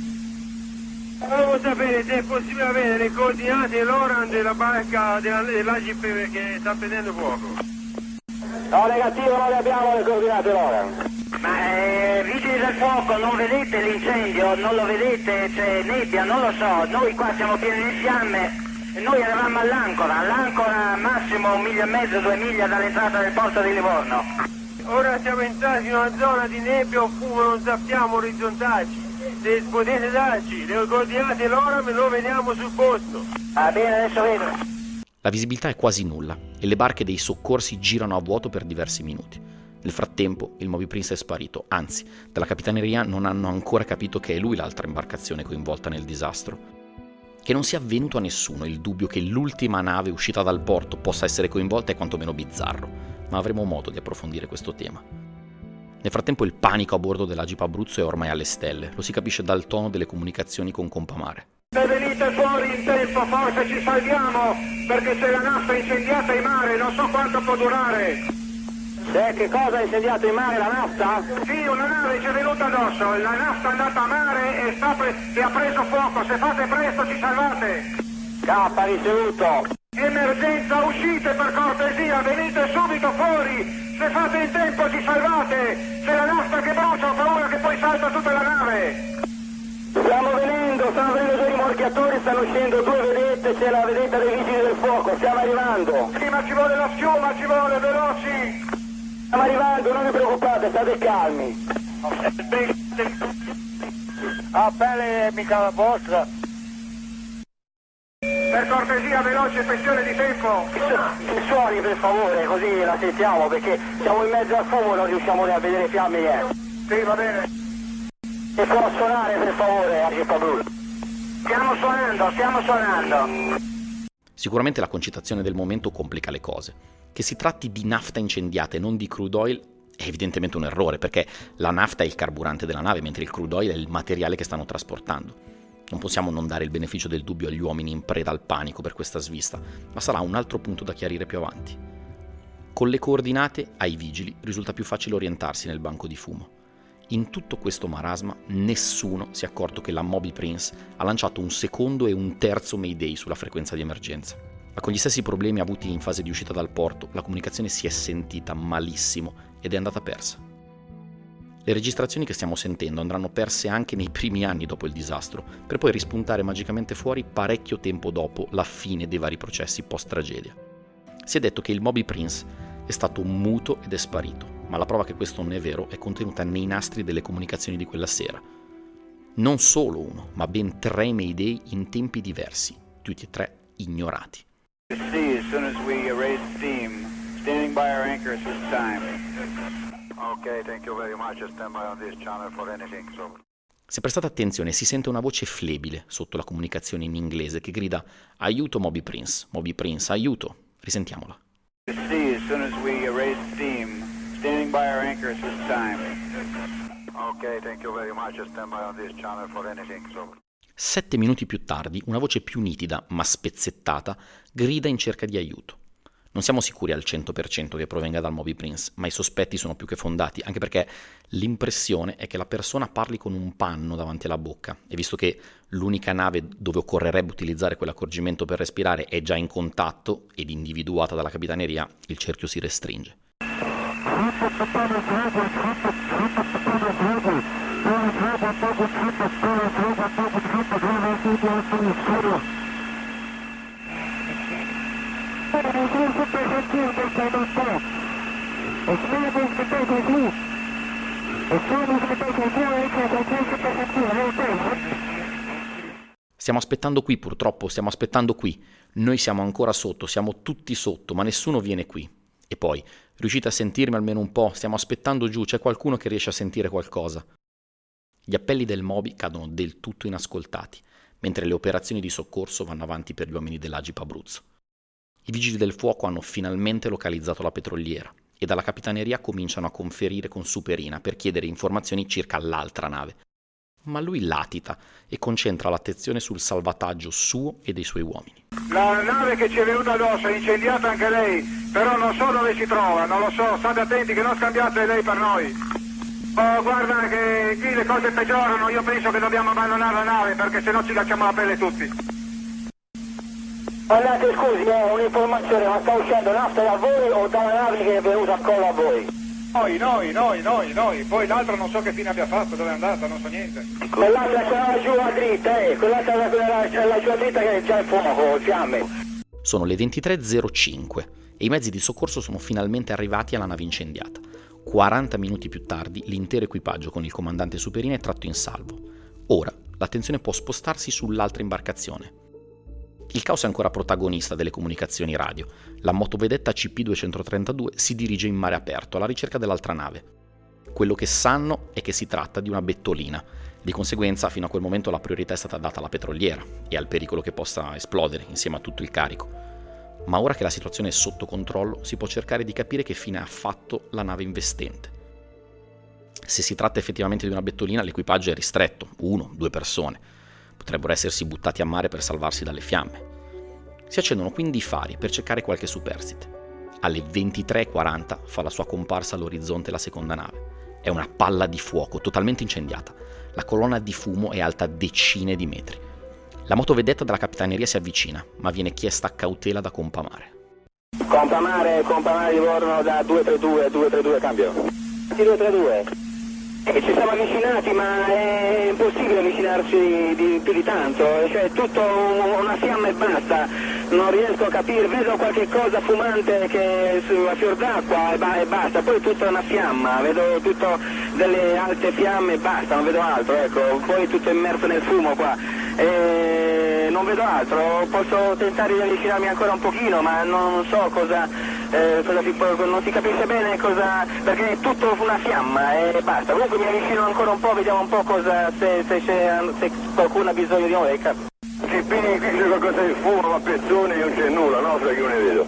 Volevo sapere se è possibile avere le coordinate e l'ora della barca dell'Agip che sta prendendo fuoco. No, negativo, non le abbiamo le coordinate l'ora. Ma vigili del fuoco, non vedete l'incendio? Non lo vedete? C'è nebbia, non lo so. Noi qua siamo pieni di fiamme. Noi eravamo all'ancora massimo 1,5 miglia, 2 miglia dall'entrata del porto di Livorno. Ora siamo entrati in una zona di nebbia o fumo, non sappiamo, orizzontali. Se potete darci le coordinate e l'ora, me lo vediamo sul posto. Va bene, adesso vedo. La visibilità è quasi nulla e le barche dei soccorsi girano a vuoto per diversi minuti. Nel frattempo il Moby Prince è sparito, anzi, dalla capitaneria non hanno ancora capito che è lui l'altra imbarcazione coinvolta nel disastro. Che non sia avvenuto a nessuno il dubbio che l'ultima nave uscita dal porto possa essere coinvolta è quantomeno bizzarro, ma avremo modo di approfondire questo tema. Nel frattempo il panico a bordo dell'Agip Abruzzo è ormai alle stelle, lo si capisce dal tono delle comunicazioni con Compamare. Se venite fuori in tempo forse ci salviamo, perché se la nafta è incendiata in mare non so quanto può durare. Se che cosa ha incendiato in mare, la nafta? Sì, una nave ci è venuta addosso, la nafta è andata a mare e ha preso fuoco, se fate presto ci salvate. K, ricevuto. Emergenza, uscite per cortesia, venite subito fuori, se fate in tempo ci salvate, c'è la nafta che brucia, ho paura che poi salta tutta la nave. Stanno venendo 2 rimorchiatori, stanno uscendo 2 vedette, c'è la vedetta dei vigili del fuoco, stiamo arrivando. Sì, ma ci vuole la schiuma, ci vuole, veloci. Stiamo arrivando, non vi preoccupate, state calmi. A pelle mica la vostra. Per cortesia, veloce, questione di tempo. Si suoni per favore, così la sentiamo, perché siamo in mezzo al fumo e non riusciamo a vedere fiamme niente. Sì, va bene. E può suonare per favore, Agip Abruzzo. Stiamo suonando. Sicuramente la concitazione del momento complica le cose. Che si tratti di nafta incendiata e non di crude oil è evidentemente un errore, perché la nafta è il carburante della nave, mentre il crude oil è il materiale che stanno trasportando. Non possiamo non dare il beneficio del dubbio agli uomini in preda al panico per questa svista, ma sarà un altro punto da chiarire più avanti. Con le coordinate, ai vigili, risulta più facile orientarsi nel banco di fumo. In tutto questo marasma, nessuno si è accorto che la Moby Prince ha lanciato un secondo e un terzo Mayday sulla frequenza di emergenza. Ma con gli stessi problemi avuti in fase di uscita dal porto, la comunicazione si è sentita malissimo ed è andata persa. Le registrazioni che stiamo sentendo andranno perse anche nei primi anni dopo il disastro, per poi rispuntare magicamente fuori parecchio tempo dopo la fine dei vari processi post-tragedia. Si è detto che il Moby Prince è stato muto ed è sparito, ma la prova che questo non è vero è contenuta nei nastri delle comunicazioni di quella sera. Non solo uno, ma ben 3 Mayday in tempi diversi, tutti e 3 ignorati. See as soon as we erase steam. Standing by our anchors this time. Okay, thank you very much. Stand by on this channel for anything. Se prestate attenzione, si sente una voce flebile sotto la comunicazione in inglese che grida "Aiuto Moby Prince, aiuto". Risentiamola. See as soon as we erase steam. Standing by our anchors this time. Okay, thank you very much. Stand by on this channel for anything. 7 minuti più tardi, una voce più nitida, ma spezzettata, grida in cerca di aiuto. Non siamo sicuri al 100% che provenga dal Moby Prince, ma i sospetti sono più che fondati, anche perché l'impressione è che la persona parli con un panno davanti alla bocca, e visto che l'unica nave dove occorrerebbe utilizzare quell'accorgimento per respirare è già in contatto ed individuata dalla capitaneria, il cerchio si restringe. Stiamo aspettando qui, purtroppo, stiamo aspettando qui. Noi siamo ancora sotto, siamo tutti sotto, ma nessuno viene qui. E poi, riuscite a sentirmi almeno un po'? Stiamo aspettando giù, c'è qualcuno che riesce a sentire qualcosa? Gli appelli del Moby cadono del tutto inascoltati, mentre le operazioni di soccorso vanno avanti per gli uomini dell'Agip Abruzzo. I vigili del fuoco hanno finalmente localizzato la petroliera e dalla capitaneria cominciano a conferire con Superina per chiedere informazioni circa l'altra nave. Ma lui latita e concentra l'attenzione sul salvataggio suo e dei suoi uomini. La nave che ci è venuta addosso è incendiata anche lei, però non so dove si trova, non lo so, state attenti che non scambiate lei per noi. Oh, guarda che qui le cose peggiorano, io penso che dobbiamo abbandonare la nave perché sennò ci lasciamo la pelle tutti. Guardate, scusi, un'informazione, ma sta uscendo nafta da voi o dalla nave che è venuta a collo a voi? Noi, poi l'altro non so che fine abbia fatto, dove è andata, non so niente. Quell'altra c'era giù a dritta, quell'altra c'era giù a dritta che è già il fuoco, il fiamme. Sono le 23:05 e i mezzi di soccorso sono finalmente arrivati alla nave incendiata. 40 minuti più tardi l'intero equipaggio con il comandante Superina è tratto in salvo. Ora l'attenzione può spostarsi sull'altra imbarcazione. Il caos è ancora protagonista delle comunicazioni radio. La motovedetta CP-232 si dirige in mare aperto alla ricerca dell'altra nave. Quello che sanno è che si tratta di una bettolina. Di conseguenza, fino a quel momento la priorità è stata data alla petroliera e al pericolo che possa esplodere insieme a tutto il carico. Ma ora che la situazione è sotto controllo, si può cercare di capire che fine ha fatto la nave investente. Se si tratta effettivamente di una bettolina, l'equipaggio è ristretto, 1-2 persone. Potrebbero essersi buttati a mare per salvarsi dalle fiamme. Si accendono quindi i fari per cercare qualche superstite. Alle 23:40 fa la sua comparsa all'orizzonte la seconda nave. È una palla di fuoco totalmente incendiata. La colonna di fumo è alta decine di metri. La motovedetta della capitaneria si avvicina, ma viene chiesta cautela da Compamare. Compamare Livorno da 232, cambio. 232. Ci siamo avvicinati, ma è impossibile avvicinarci di più di tanto, cioè è tutto una fiamma e basta, non riesco a capire, vedo qualche cosa fumante che a fior d'acqua e basta, poi tutta una fiamma, vedo tutto delle alte fiamme e basta, non vedo altro, ecco, poi tutto immerso nel fumo qua, non vedo altro, posso tentare di avvicinarmi ancora un pochino, ma non so cosa non si capisce bene cosa, perché è tutto una fiamma e basta. Comunque mi avvicino ancora un po', vediamo un po' cosa, se qualcuno ha bisogno di noi. Sì, qui c'è qualcosa di fumo, ma pezzoni non c'è nulla, no? Perché non ne vedo.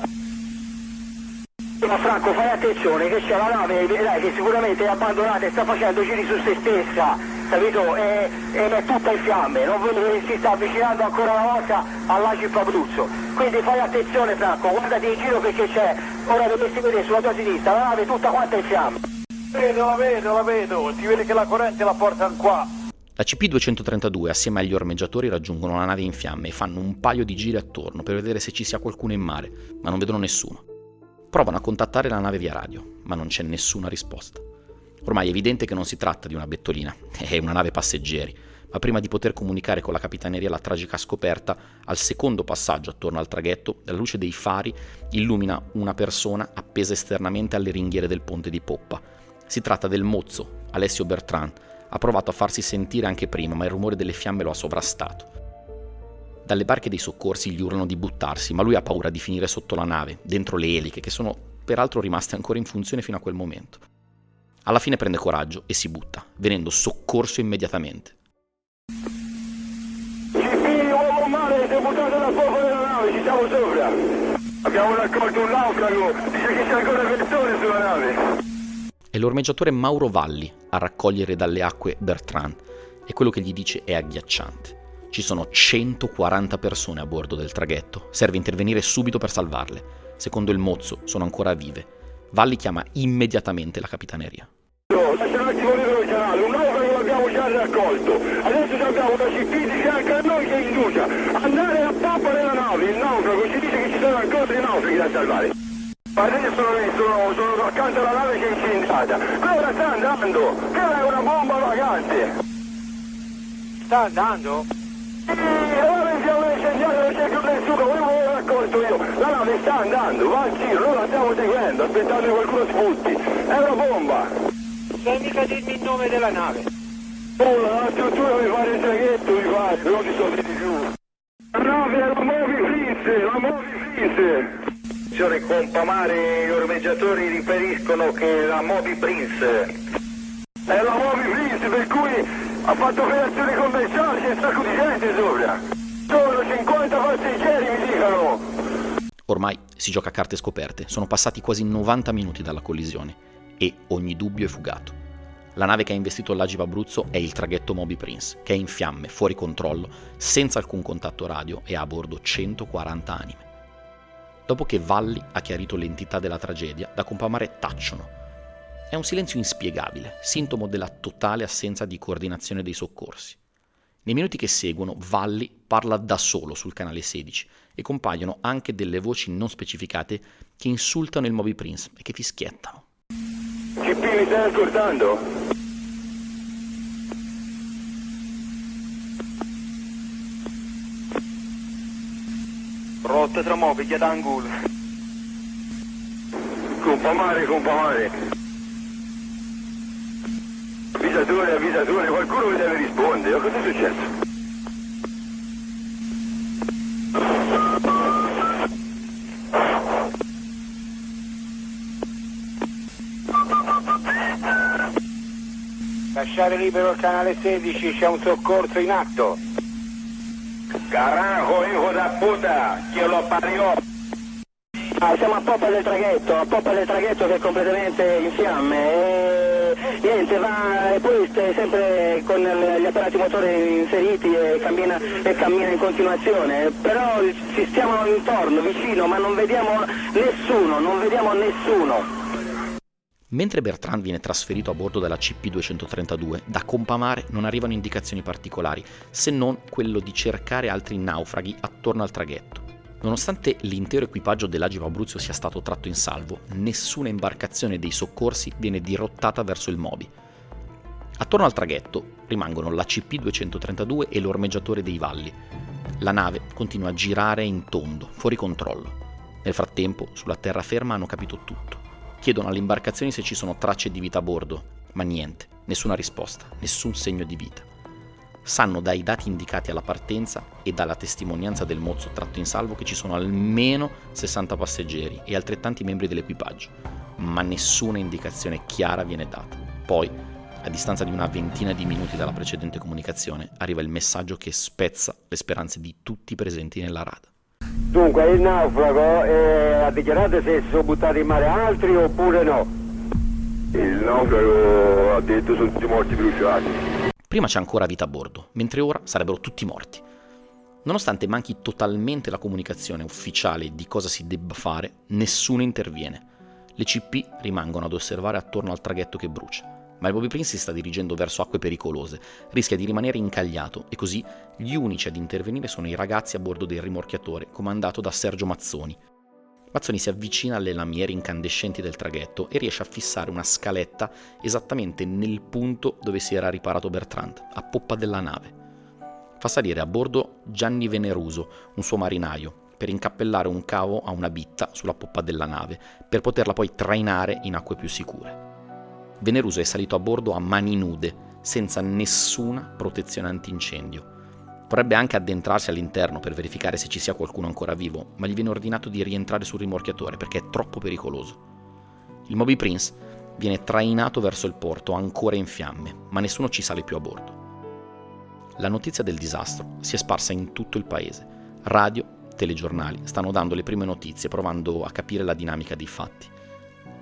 Ma Franco, fai attenzione che c'è la nave, vedrai che sicuramente è abbandonata e sta facendo giri su se stessa, capito? E è tutta in fiamme, non vedo che si sta avvicinando ancora una volta all'Agip Abruzzo. Quindi fai attenzione Franco, guardati in giro perché c'è, ora dovresti vedere sulla tua sinistra, la nave tutta quanta in fiamme. La vedo, si vede che la corrente la portano qua. La CP-232 assieme agli ormeggiatori raggiungono la nave in fiamme e fanno un paio di giri attorno per vedere se ci sia qualcuno in mare, ma non vedono nessuno. Provano a contattare la nave via radio, ma non c'è nessuna risposta. Ormai è evidente che non si tratta di una bettolina, è una nave passeggeri, ma prima di poter comunicare con la capitaneria la tragica scoperta, al secondo passaggio attorno al traghetto, la luce dei fari illumina una persona appesa esternamente alle ringhiere del ponte di poppa. Si tratta del mozzo, Alessio Bertrand. Ha provato a farsi sentire anche prima, ma il rumore delle fiamme lo ha sovrastato. Dalle barche dei soccorsi gli urlano di buttarsi, ma lui ha paura di finire sotto la nave, dentro le eliche, che sono peraltro rimaste ancora in funzione fino a quel momento. Alla fine prende coraggio e si butta, venendo soccorso immediatamente. Uomo mare, si è buttato dal fuoco della nave, ci siamo sopra. Abbiamo raccolto un naufrago, dice che c'è ancora persone sulla nave. È l'ormeggiatore Mauro Valli, a raccogliere dalle acque Bertrand e quello che gli dice è agghiacciante. Ci sono 140 persone a bordo del traghetto, serve intervenire subito per salvarle. Secondo il mozzo sono ancora vive. Valli chiama immediatamente la capitaneria. Lascia un attimo libero il canale, un naufrago l'abbiamo già raccolto, adesso abbiamo una CP di fianco a noi che indugia andare a poppa della nave, il naufrago ci dice che ci sono ancora dei naufraghi da salvare. Ma adesso sono accanto alla nave che è incendiata, quella sta andando, quella è una bomba vagante. Sta andando? Sì, la nave siamo incendiata, non c'è più nessuno, voi me l'ho raccolto io, la nave sta andando, va in giro, noi la stiamo seguendo, aspettando che qualcuno spunti, è una bomba. Sai mica dirmi il nome della nave? Oh, la struttura mi fare il traghetto, mi fare, però ti sono di più. La nave è la Moby Prince, la Moby Prince. Compamare, gli ormeggiatori riferiscono che la Moby Prince È la Moby Prince, per cui ha fatto operazioni commerciali, c'è un sacco di gente sopra. Sono 50 passeggeri, mi dicono. Ormai si gioca a carte scoperte, sono passati quasi 90 minuti dalla collisione e ogni dubbio è fugato. La nave che ha investito l'Agip Abruzzo è il traghetto Moby Prince, che è in fiamme, fuori controllo, senza alcun contatto radio e ha a bordo 140 anime. Dopo che Valli ha chiarito l'entità della tragedia, da Compamare tacciono. È un silenzio inspiegabile, sintomo della totale assenza di coordinazione dei soccorsi. Nei minuti che seguono, Valli parla da solo sul canale 16 e compaiono anche delle voci non specificate che insultano il Moby Prince e che fischiettano. CP, mi stai ascoltando? Rotte tra mobili ad angolo. Compamare. Avvisatore, qualcuno mi deve rispondere, cosa è successo? Lasciare libero il canale 16, c'è un soccorso in atto. Carajo, hijo da puta, che lo pariò. Siamo a poppa del traghetto che è completamente in fiamme e niente, va e poi sempre con gli apparati motori inseriti e cammina in continuazione, però ci stiamo intorno, vicino, ma non vediamo nessuno. Mentre Bertrand viene trasferito a bordo della CP-232, da Compamare non arrivano indicazioni particolari, se non quello di cercare altri naufraghi attorno al traghetto. Nonostante l'intero equipaggio dell'Agip Abruzzo sia stato tratto in salvo, nessuna imbarcazione dei soccorsi viene dirottata verso il Moby. Attorno al traghetto rimangono la CP-232 e l'ormeggiatore dei Valli. La nave continua a girare in tondo, fuori controllo. Nel frattempo, sulla terraferma hanno capito tutto. Chiedono alle imbarcazioni se ci sono tracce di vita a bordo, ma niente, nessuna risposta, nessun segno di vita. Sanno dai dati indicati alla partenza e dalla testimonianza del mozzo tratto in salvo che ci sono almeno 60 passeggeri e altrettanti membri dell'equipaggio, ma nessuna indicazione chiara viene data. Poi, a distanza di una ventina di minuti dalla precedente comunicazione, arriva il messaggio che spezza le speranze di tutti i presenti nella rada. Dunque, il naufrago ha dichiarato se si sono buttati in mare altri oppure no? Il naufrago ha detto sono tutti morti bruciati. Prima c'è ancora vita a bordo, mentre ora sarebbero tutti morti. Nonostante manchi totalmente la comunicazione ufficiale di cosa si debba fare, nessuno interviene. Le CP rimangono ad osservare attorno al traghetto che brucia, ma il Moby Prince si sta dirigendo verso acque pericolose, rischia di rimanere incagliato e così gli unici ad intervenire sono i ragazzi a bordo del rimorchiatore comandato da Sergio Mazzoni. Mazzoni si avvicina alle lamiere incandescenti del traghetto e riesce a fissare una scaletta esattamente nel punto dove si era riparato Bertrand, a poppa della nave. Fa salire a bordo Gianni Veneruso, un suo marinaio, per incappellare un cavo a una bitta sulla poppa della nave, per poterla poi trainare in acque più sicure. Veneruso è salito a bordo a mani nude, senza nessuna protezione antincendio. Vorrebbe anche addentrarsi all'interno per verificare se ci sia qualcuno ancora vivo, ma gli viene ordinato di rientrare sul rimorchiatore perché è troppo pericoloso. Il Moby Prince viene trainato verso il porto ancora in fiamme, ma nessuno ci sale più a bordo. La notizia del disastro si è sparsa in tutto il paese. Radio, telegiornali stanno dando le prime notizie, provando a capire la dinamica dei fatti.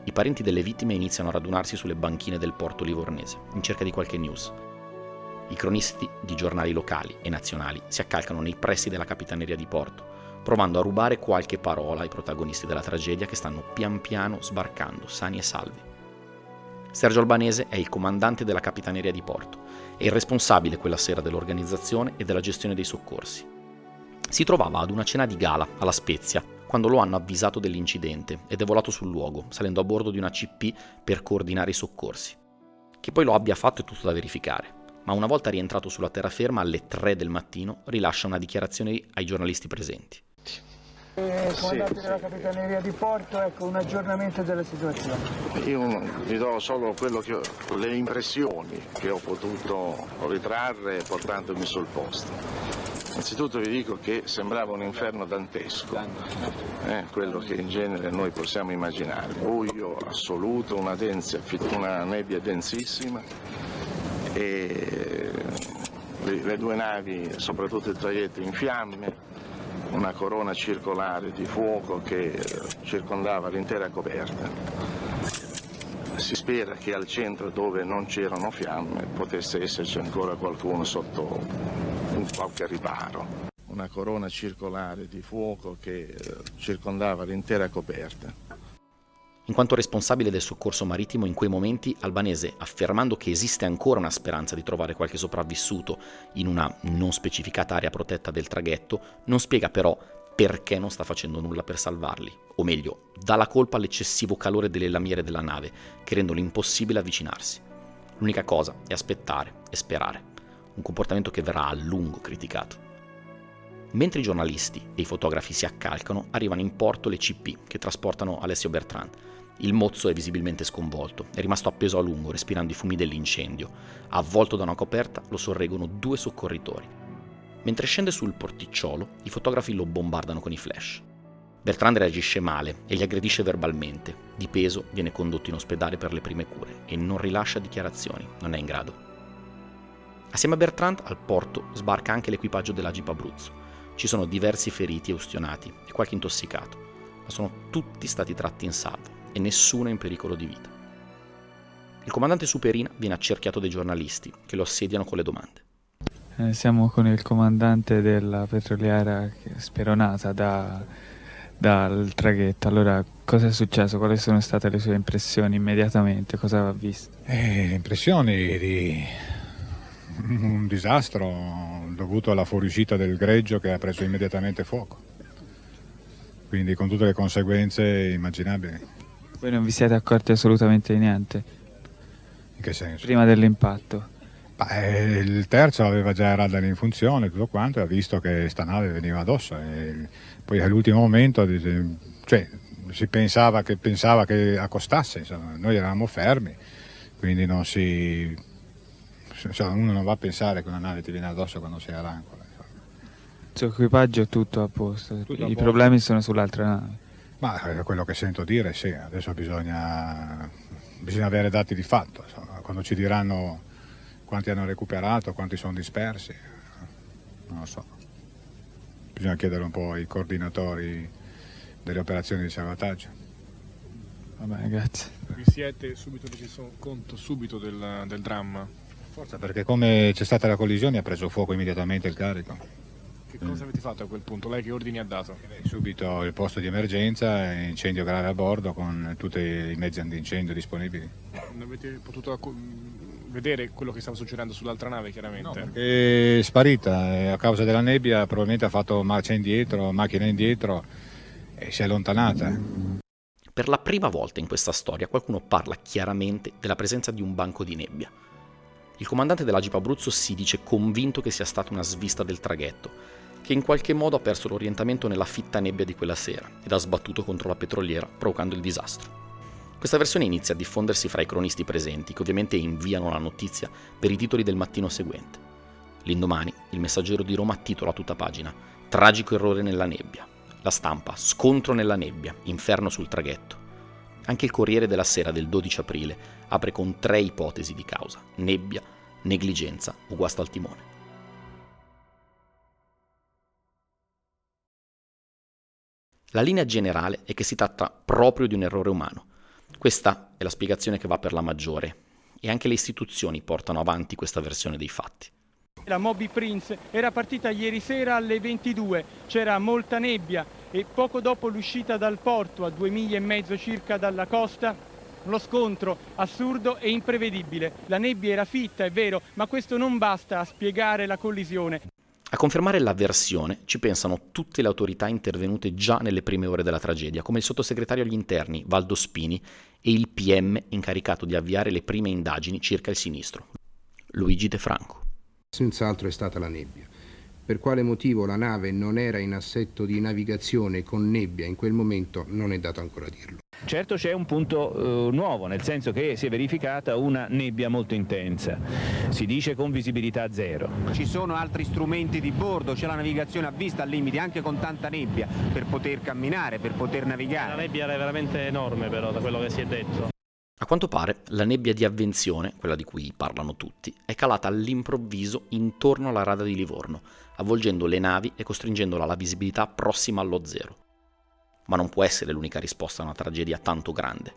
i parenti delle vittime iniziano a radunarsi sulle banchine del porto livornese, in cerca di qualche news. I cronisti di giornali locali e nazionali si accalcano nei pressi della capitaneria di porto, provando a rubare qualche parola ai protagonisti della tragedia che stanno pian piano sbarcando, sani e salvi. Sergio Albanese è il comandante della capitaneria di porto e il responsabile quella sera dell'organizzazione e della gestione dei soccorsi. Si trovava ad una cena di gala alla Spezia quando lo hanno avvisato dell'incidente ed è volato sul luogo, salendo a bordo di una CP per coordinare i soccorsi. Che poi lo abbia fatto è tutto da verificare, ma una volta rientrato sulla terraferma alle 3 del mattino rilascia una dichiarazione ai giornalisti presenti. Comandante della Capitaneria di Porto, ecco un aggiornamento della situazione. Io vi do solo le impressioni che ho potuto ritrarre portandomi sul posto. Innanzitutto vi dico che sembrava un inferno dantesco, quello che in genere noi possiamo immaginare. Buio assoluto, una nebbia densissima e le due navi, soprattutto il traghetto in fiamme, una corona circolare di fuoco che circondava l'intera coperta. Si spera che al centro, dove non c'erano fiamme, potesse esserci ancora qualcuno sotto un qualche riparo. Una corona circolare di fuoco che circondava l'intera coperta. In quanto responsabile del soccorso marittimo, in quei momenti Albanese, affermando che esiste ancora una speranza di trovare qualche sopravvissuto in una non specificata area protetta del traghetto, non spiega però perché non sta facendo nulla per salvarli, o meglio, dà la colpa all'eccessivo calore delle lamiere della nave, che rendono impossibile avvicinarsi. L'unica cosa è aspettare e sperare, un comportamento che verrà a lungo criticato. Mentre i giornalisti e i fotografi si accalcano, arrivano in porto le CP che trasportano Alessio Bertrand. Il mozzo è visibilmente sconvolto, è rimasto appeso a lungo, respirando i fumi dell'incendio. Avvolto da una coperta, lo sorreggono 2 soccorritori. Mentre scende sul porticciolo, i fotografi lo bombardano con i flash. Bertrand reagisce male e li aggredisce verbalmente. Di peso viene condotto in ospedale per le prime cure e non rilascia dichiarazioni, non è in grado. Assieme a Bertrand, al porto sbarca anche l'equipaggio della Jeep Abruzzo. Ci sono diversi feriti e ustionati e qualche intossicato, ma sono tutti stati tratti in salvo e nessuno in pericolo di vita. Il comandante Superina viene accerchiato dai giornalisti che lo assediano con le domande. Siamo con il comandante della petroliera speronata dal traghetto. Allora, cosa è successo? Quali sono state le sue impressioni immediatamente? Cosa ha visto? Le impressioni di un disastro dovuto alla fuoriuscita del greggio che ha preso immediatamente fuoco. Quindi con tutte le conseguenze immaginabili. Voi non vi siete accorti assolutamente di niente? In che senso? Prima dell'impatto? Il terzo aveva già i radar in funzione, tutto quanto, e ha visto che sta nave veniva addosso. E poi all'ultimo momento si pensava che accostasse, insomma, noi eravamo fermi, quindi uno non va a pensare che una nave ti viene addosso quando sei all'ancora. Il suo equipaggio è tutto a posto, i problemi sono sull'altra nave. Ma quello che sento dire, sì, adesso bisogna avere dati di fatto, insomma. Quando ci diranno quanti hanno recuperato, quanti sono dispersi, non lo so. Bisogna chiedere un po' ai coordinatori delle operazioni di salvataggio. Va bene, grazie. Vi siete subito resi conto del dramma? Forza, perché come c'è stata la collisione ha preso fuoco immediatamente il carico. Che cosa avete fatto a quel punto? Lei che ordini ha dato? Subito il posto di emergenza, incendio grave a bordo con tutti i mezzi antincendio disponibili. Non avete potuto vedere quello che stava succedendo sull'altra nave, chiaramente? No, perché è sparita, a causa della nebbia probabilmente ha fatto macchina indietro e si è allontanata. Per la prima volta in questa storia qualcuno parla chiaramente della presenza di un banco di nebbia. Il comandante della Jeep Abruzzo si dice convinto che sia stata una svista del traghetto, che in qualche modo ha perso l'orientamento nella fitta nebbia di quella sera ed ha sbattuto contro la petroliera, provocando il disastro. Questa versione inizia a diffondersi fra i cronisti presenti, che ovviamente inviano la notizia per i titoli del mattino seguente. L'indomani, il Messaggero di Roma titola a tutta pagina: "Tragico errore nella nebbia". La Stampa: "Scontro nella nebbia, inferno sul traghetto". Anche il Corriere della Sera del 12 aprile apre con 3 ipotesi di causa: nebbia, negligenza o guasto al timone. La linea generale è che si tratta proprio di un errore umano. Questa è la spiegazione che va per la maggiore, e anche le istituzioni portano avanti questa versione dei fatti. La Moby Prince era partita ieri sera alle 22, c'era molta nebbia e poco dopo l'uscita dal porto, a 2,5 miglia circa dalla costa, lo scontro assurdo e imprevedibile. La nebbia era fitta, è vero, ma questo non basta a spiegare la collisione. A confermare la versione ci pensano tutte le autorità intervenute già nelle prime ore della tragedia, come il sottosegretario agli interni, Valdo Spini, e il PM incaricato di avviare le prime indagini circa il sinistro, Luigi De Franco. Senz'altro è stata la nebbia. Per quale motivo la nave non era in assetto di navigazione con nebbia in quel momento non è dato ancora dirlo. Certo c'è un punto nuovo, nel senso che si è verificata una nebbia molto intensa, si dice con visibilità zero. Ci sono altri strumenti di bordo, c'è la navigazione a vista al limite anche con tanta nebbia per poter camminare, per poter navigare. La nebbia era veramente enorme però da quello che si è detto. A quanto pare la nebbia di avvenzione, quella di cui parlano tutti, è calata all'improvviso intorno alla rada di Livorno, avvolgendo le navi e costringendola alla visibilità prossima allo zero. Ma non può essere l'unica risposta a una tragedia tanto grande.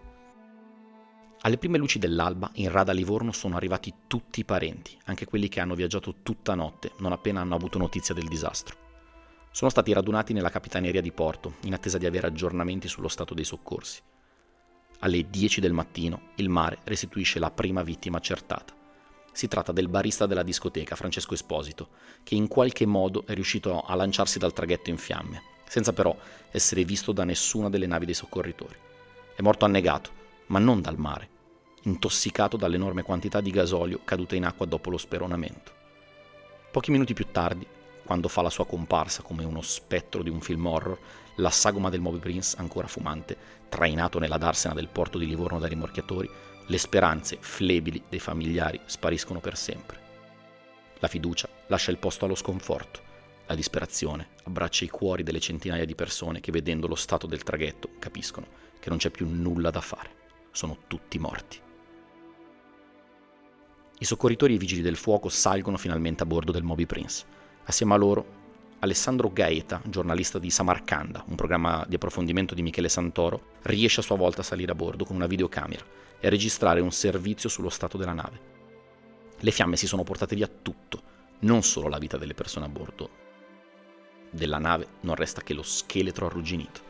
Alle prime luci dell'alba in rada a Livorno sono arrivati tutti i parenti, anche quelli che hanno viaggiato tutta notte non appena hanno avuto notizia del disastro. Sono stati radunati nella capitaneria di porto in attesa di avere aggiornamenti sullo stato dei soccorsi. Alle 10 del mattino il mare restituisce la prima vittima accertata. Si tratta del barista della discoteca, Francesco Esposito, che in qualche modo è riuscito a lanciarsi dal traghetto in fiamme, senza però essere visto da nessuna delle navi dei soccorritori. È morto annegato, ma non dal mare, intossicato dall'enorme quantità di gasolio caduta in acqua dopo lo speronamento. Pochi minuti più tardi, quando fa la sua comparsa come uno spettro di un film horror, la sagoma del Moby Prince, ancora fumante, trainato nella darsena del porto di Livorno dai rimorchiatori, le speranze flebili dei familiari spariscono per sempre. La fiducia lascia il posto allo sconforto. La disperazione abbraccia i cuori delle centinaia di persone che, vedendo lo stato del traghetto, capiscono che non c'è più nulla da fare. Sono tutti morti. I soccorritori e i vigili del fuoco salgono finalmente a bordo del Moby Prince. Assieme a loro Alessandro Gaeta, giornalista di Samarcanda, un programma di approfondimento di Michele Santoro, riesce a sua volta a salire a bordo con una videocamera e a registrare un servizio sullo stato della nave. Le fiamme si sono portate via tutto, non solo la vita delle persone a bordo. Della nave non resta che lo scheletro arrugginito.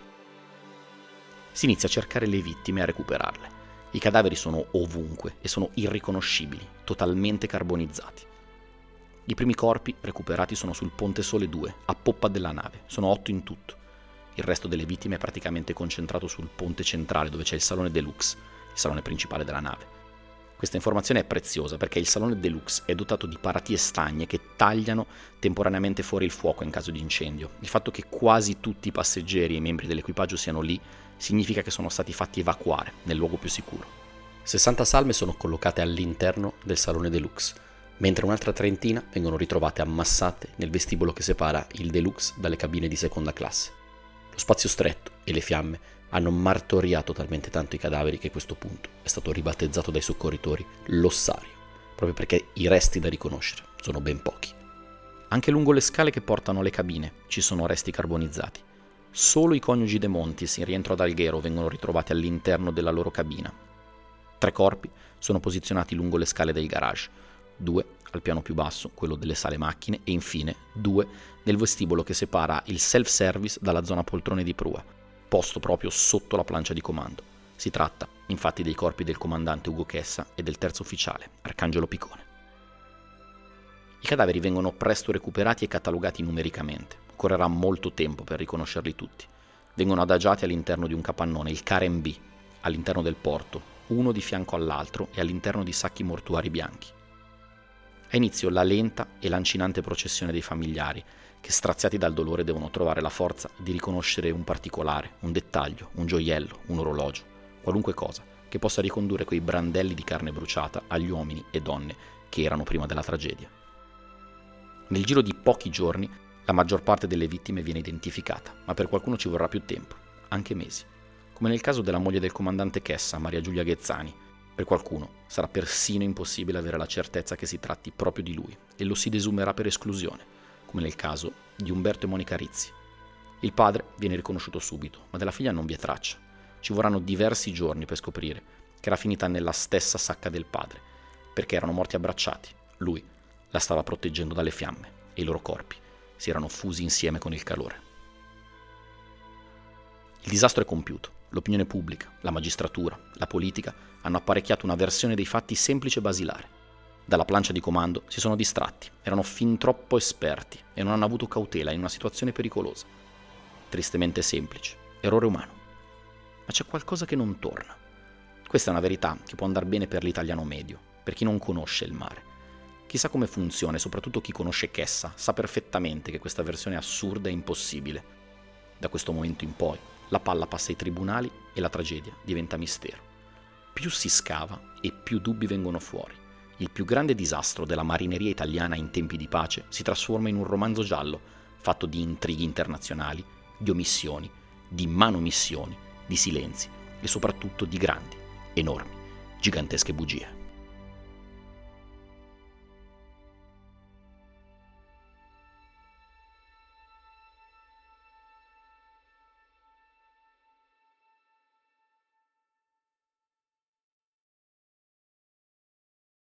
Si inizia a cercare le vittime e a recuperarle. I cadaveri sono ovunque e sono irriconoscibili, totalmente carbonizzati. I primi corpi recuperati sono sul Ponte Sole 2, a poppa della nave, sono 8 in tutto. Il resto delle vittime è praticamente concentrato sul ponte centrale dove c'è il salone deluxe, il salone principale della nave. Questa informazione è preziosa perché il salone deluxe è dotato di paratie stagne che tagliano temporaneamente fuori il fuoco in caso di incendio. Il fatto che quasi tutti i passeggeri e i membri dell'equipaggio siano lì significa che sono stati fatti evacuare nel luogo più sicuro. 60 salme sono collocate all'interno del salone deluxe, mentre un'altra trentina vengono ritrovate ammassate nel vestibolo che separa il deluxe dalle cabine di seconda classe. Lo spazio stretto e le fiamme hanno martoriato talmente tanto i cadaveri che a questo punto è stato ribattezzato dai soccorritori l'ossario, proprio perché i resti da riconoscere sono ben pochi. Anche lungo le scale che portano alle cabine ci sono resti carbonizzati. Solo i coniugi De Montis in rientro ad Alghero vengono ritrovati all'interno della loro cabina. 3 corpi sono posizionati lungo le scale del garage, 2 al piano più basso, quello delle sale macchine, e infine 2 nel vestibolo che separa il self-service dalla zona poltrone di prua, posto proprio sotto la plancia di comando. Si tratta, infatti, dei corpi del comandante Ugo Chessa e del terzo ufficiale, Arcangelo Picone. I cadaveri vengono presto recuperati e catalogati numericamente. Occorrerà molto tempo per riconoscerli tutti. Vengono adagiati all'interno di un capannone, il Karen B, all'interno del porto, uno di fianco all'altro e all'interno di sacchi mortuari bianchi. Ha inizio la lenta e lancinante processione dei familiari, che straziati dal dolore devono trovare la forza di riconoscere un particolare, un dettaglio, un gioiello, un orologio, qualunque cosa che possa ricondurre quei brandelli di carne bruciata agli uomini e donne che erano prima della tragedia. Nel giro di pochi giorni la maggior parte delle vittime viene identificata, ma per qualcuno ci vorrà più tempo, anche mesi, come nel caso della moglie del comandante Chessa, Maria Giulia Ghezzani. Per qualcuno sarà persino impossibile avere la certezza che si tratti proprio di lui e lo si desumerà per esclusione, come nel caso di Umberto e Monica Rizzi. Il padre viene riconosciuto subito, ma della figlia non vi è traccia. Ci vorranno diversi giorni per scoprire che era finita nella stessa sacca del padre, perché erano morti abbracciati. Lui la stava proteggendo dalle fiamme e i loro corpi si erano fusi insieme con il calore. Il disastro è compiuto. L'opinione pubblica, la magistratura, la politica hanno apparecchiato una versione dei fatti semplice e basilare. Dalla plancia di comando si sono distratti, erano fin troppo esperti e non hanno avuto cautela in una situazione pericolosa. Tristemente semplice, errore umano. Ma c'è qualcosa che non torna. Questa è una verità che può andare bene per l'italiano medio, per chi non conosce il mare. Chi sa come funziona e soprattutto chi conosce Chessa sa perfettamente che questa versione è assurda e impossibile. Da questo momento in poi la palla passa ai tribunali e la tragedia diventa mistero. Più si scava e più dubbi vengono fuori. Il più grande disastro della marineria italiana in tempi di pace si trasforma in un romanzo giallo fatto di intrighi internazionali, di omissioni, di manomissioni, di silenzi e soprattutto di grandi, enormi, gigantesche bugie.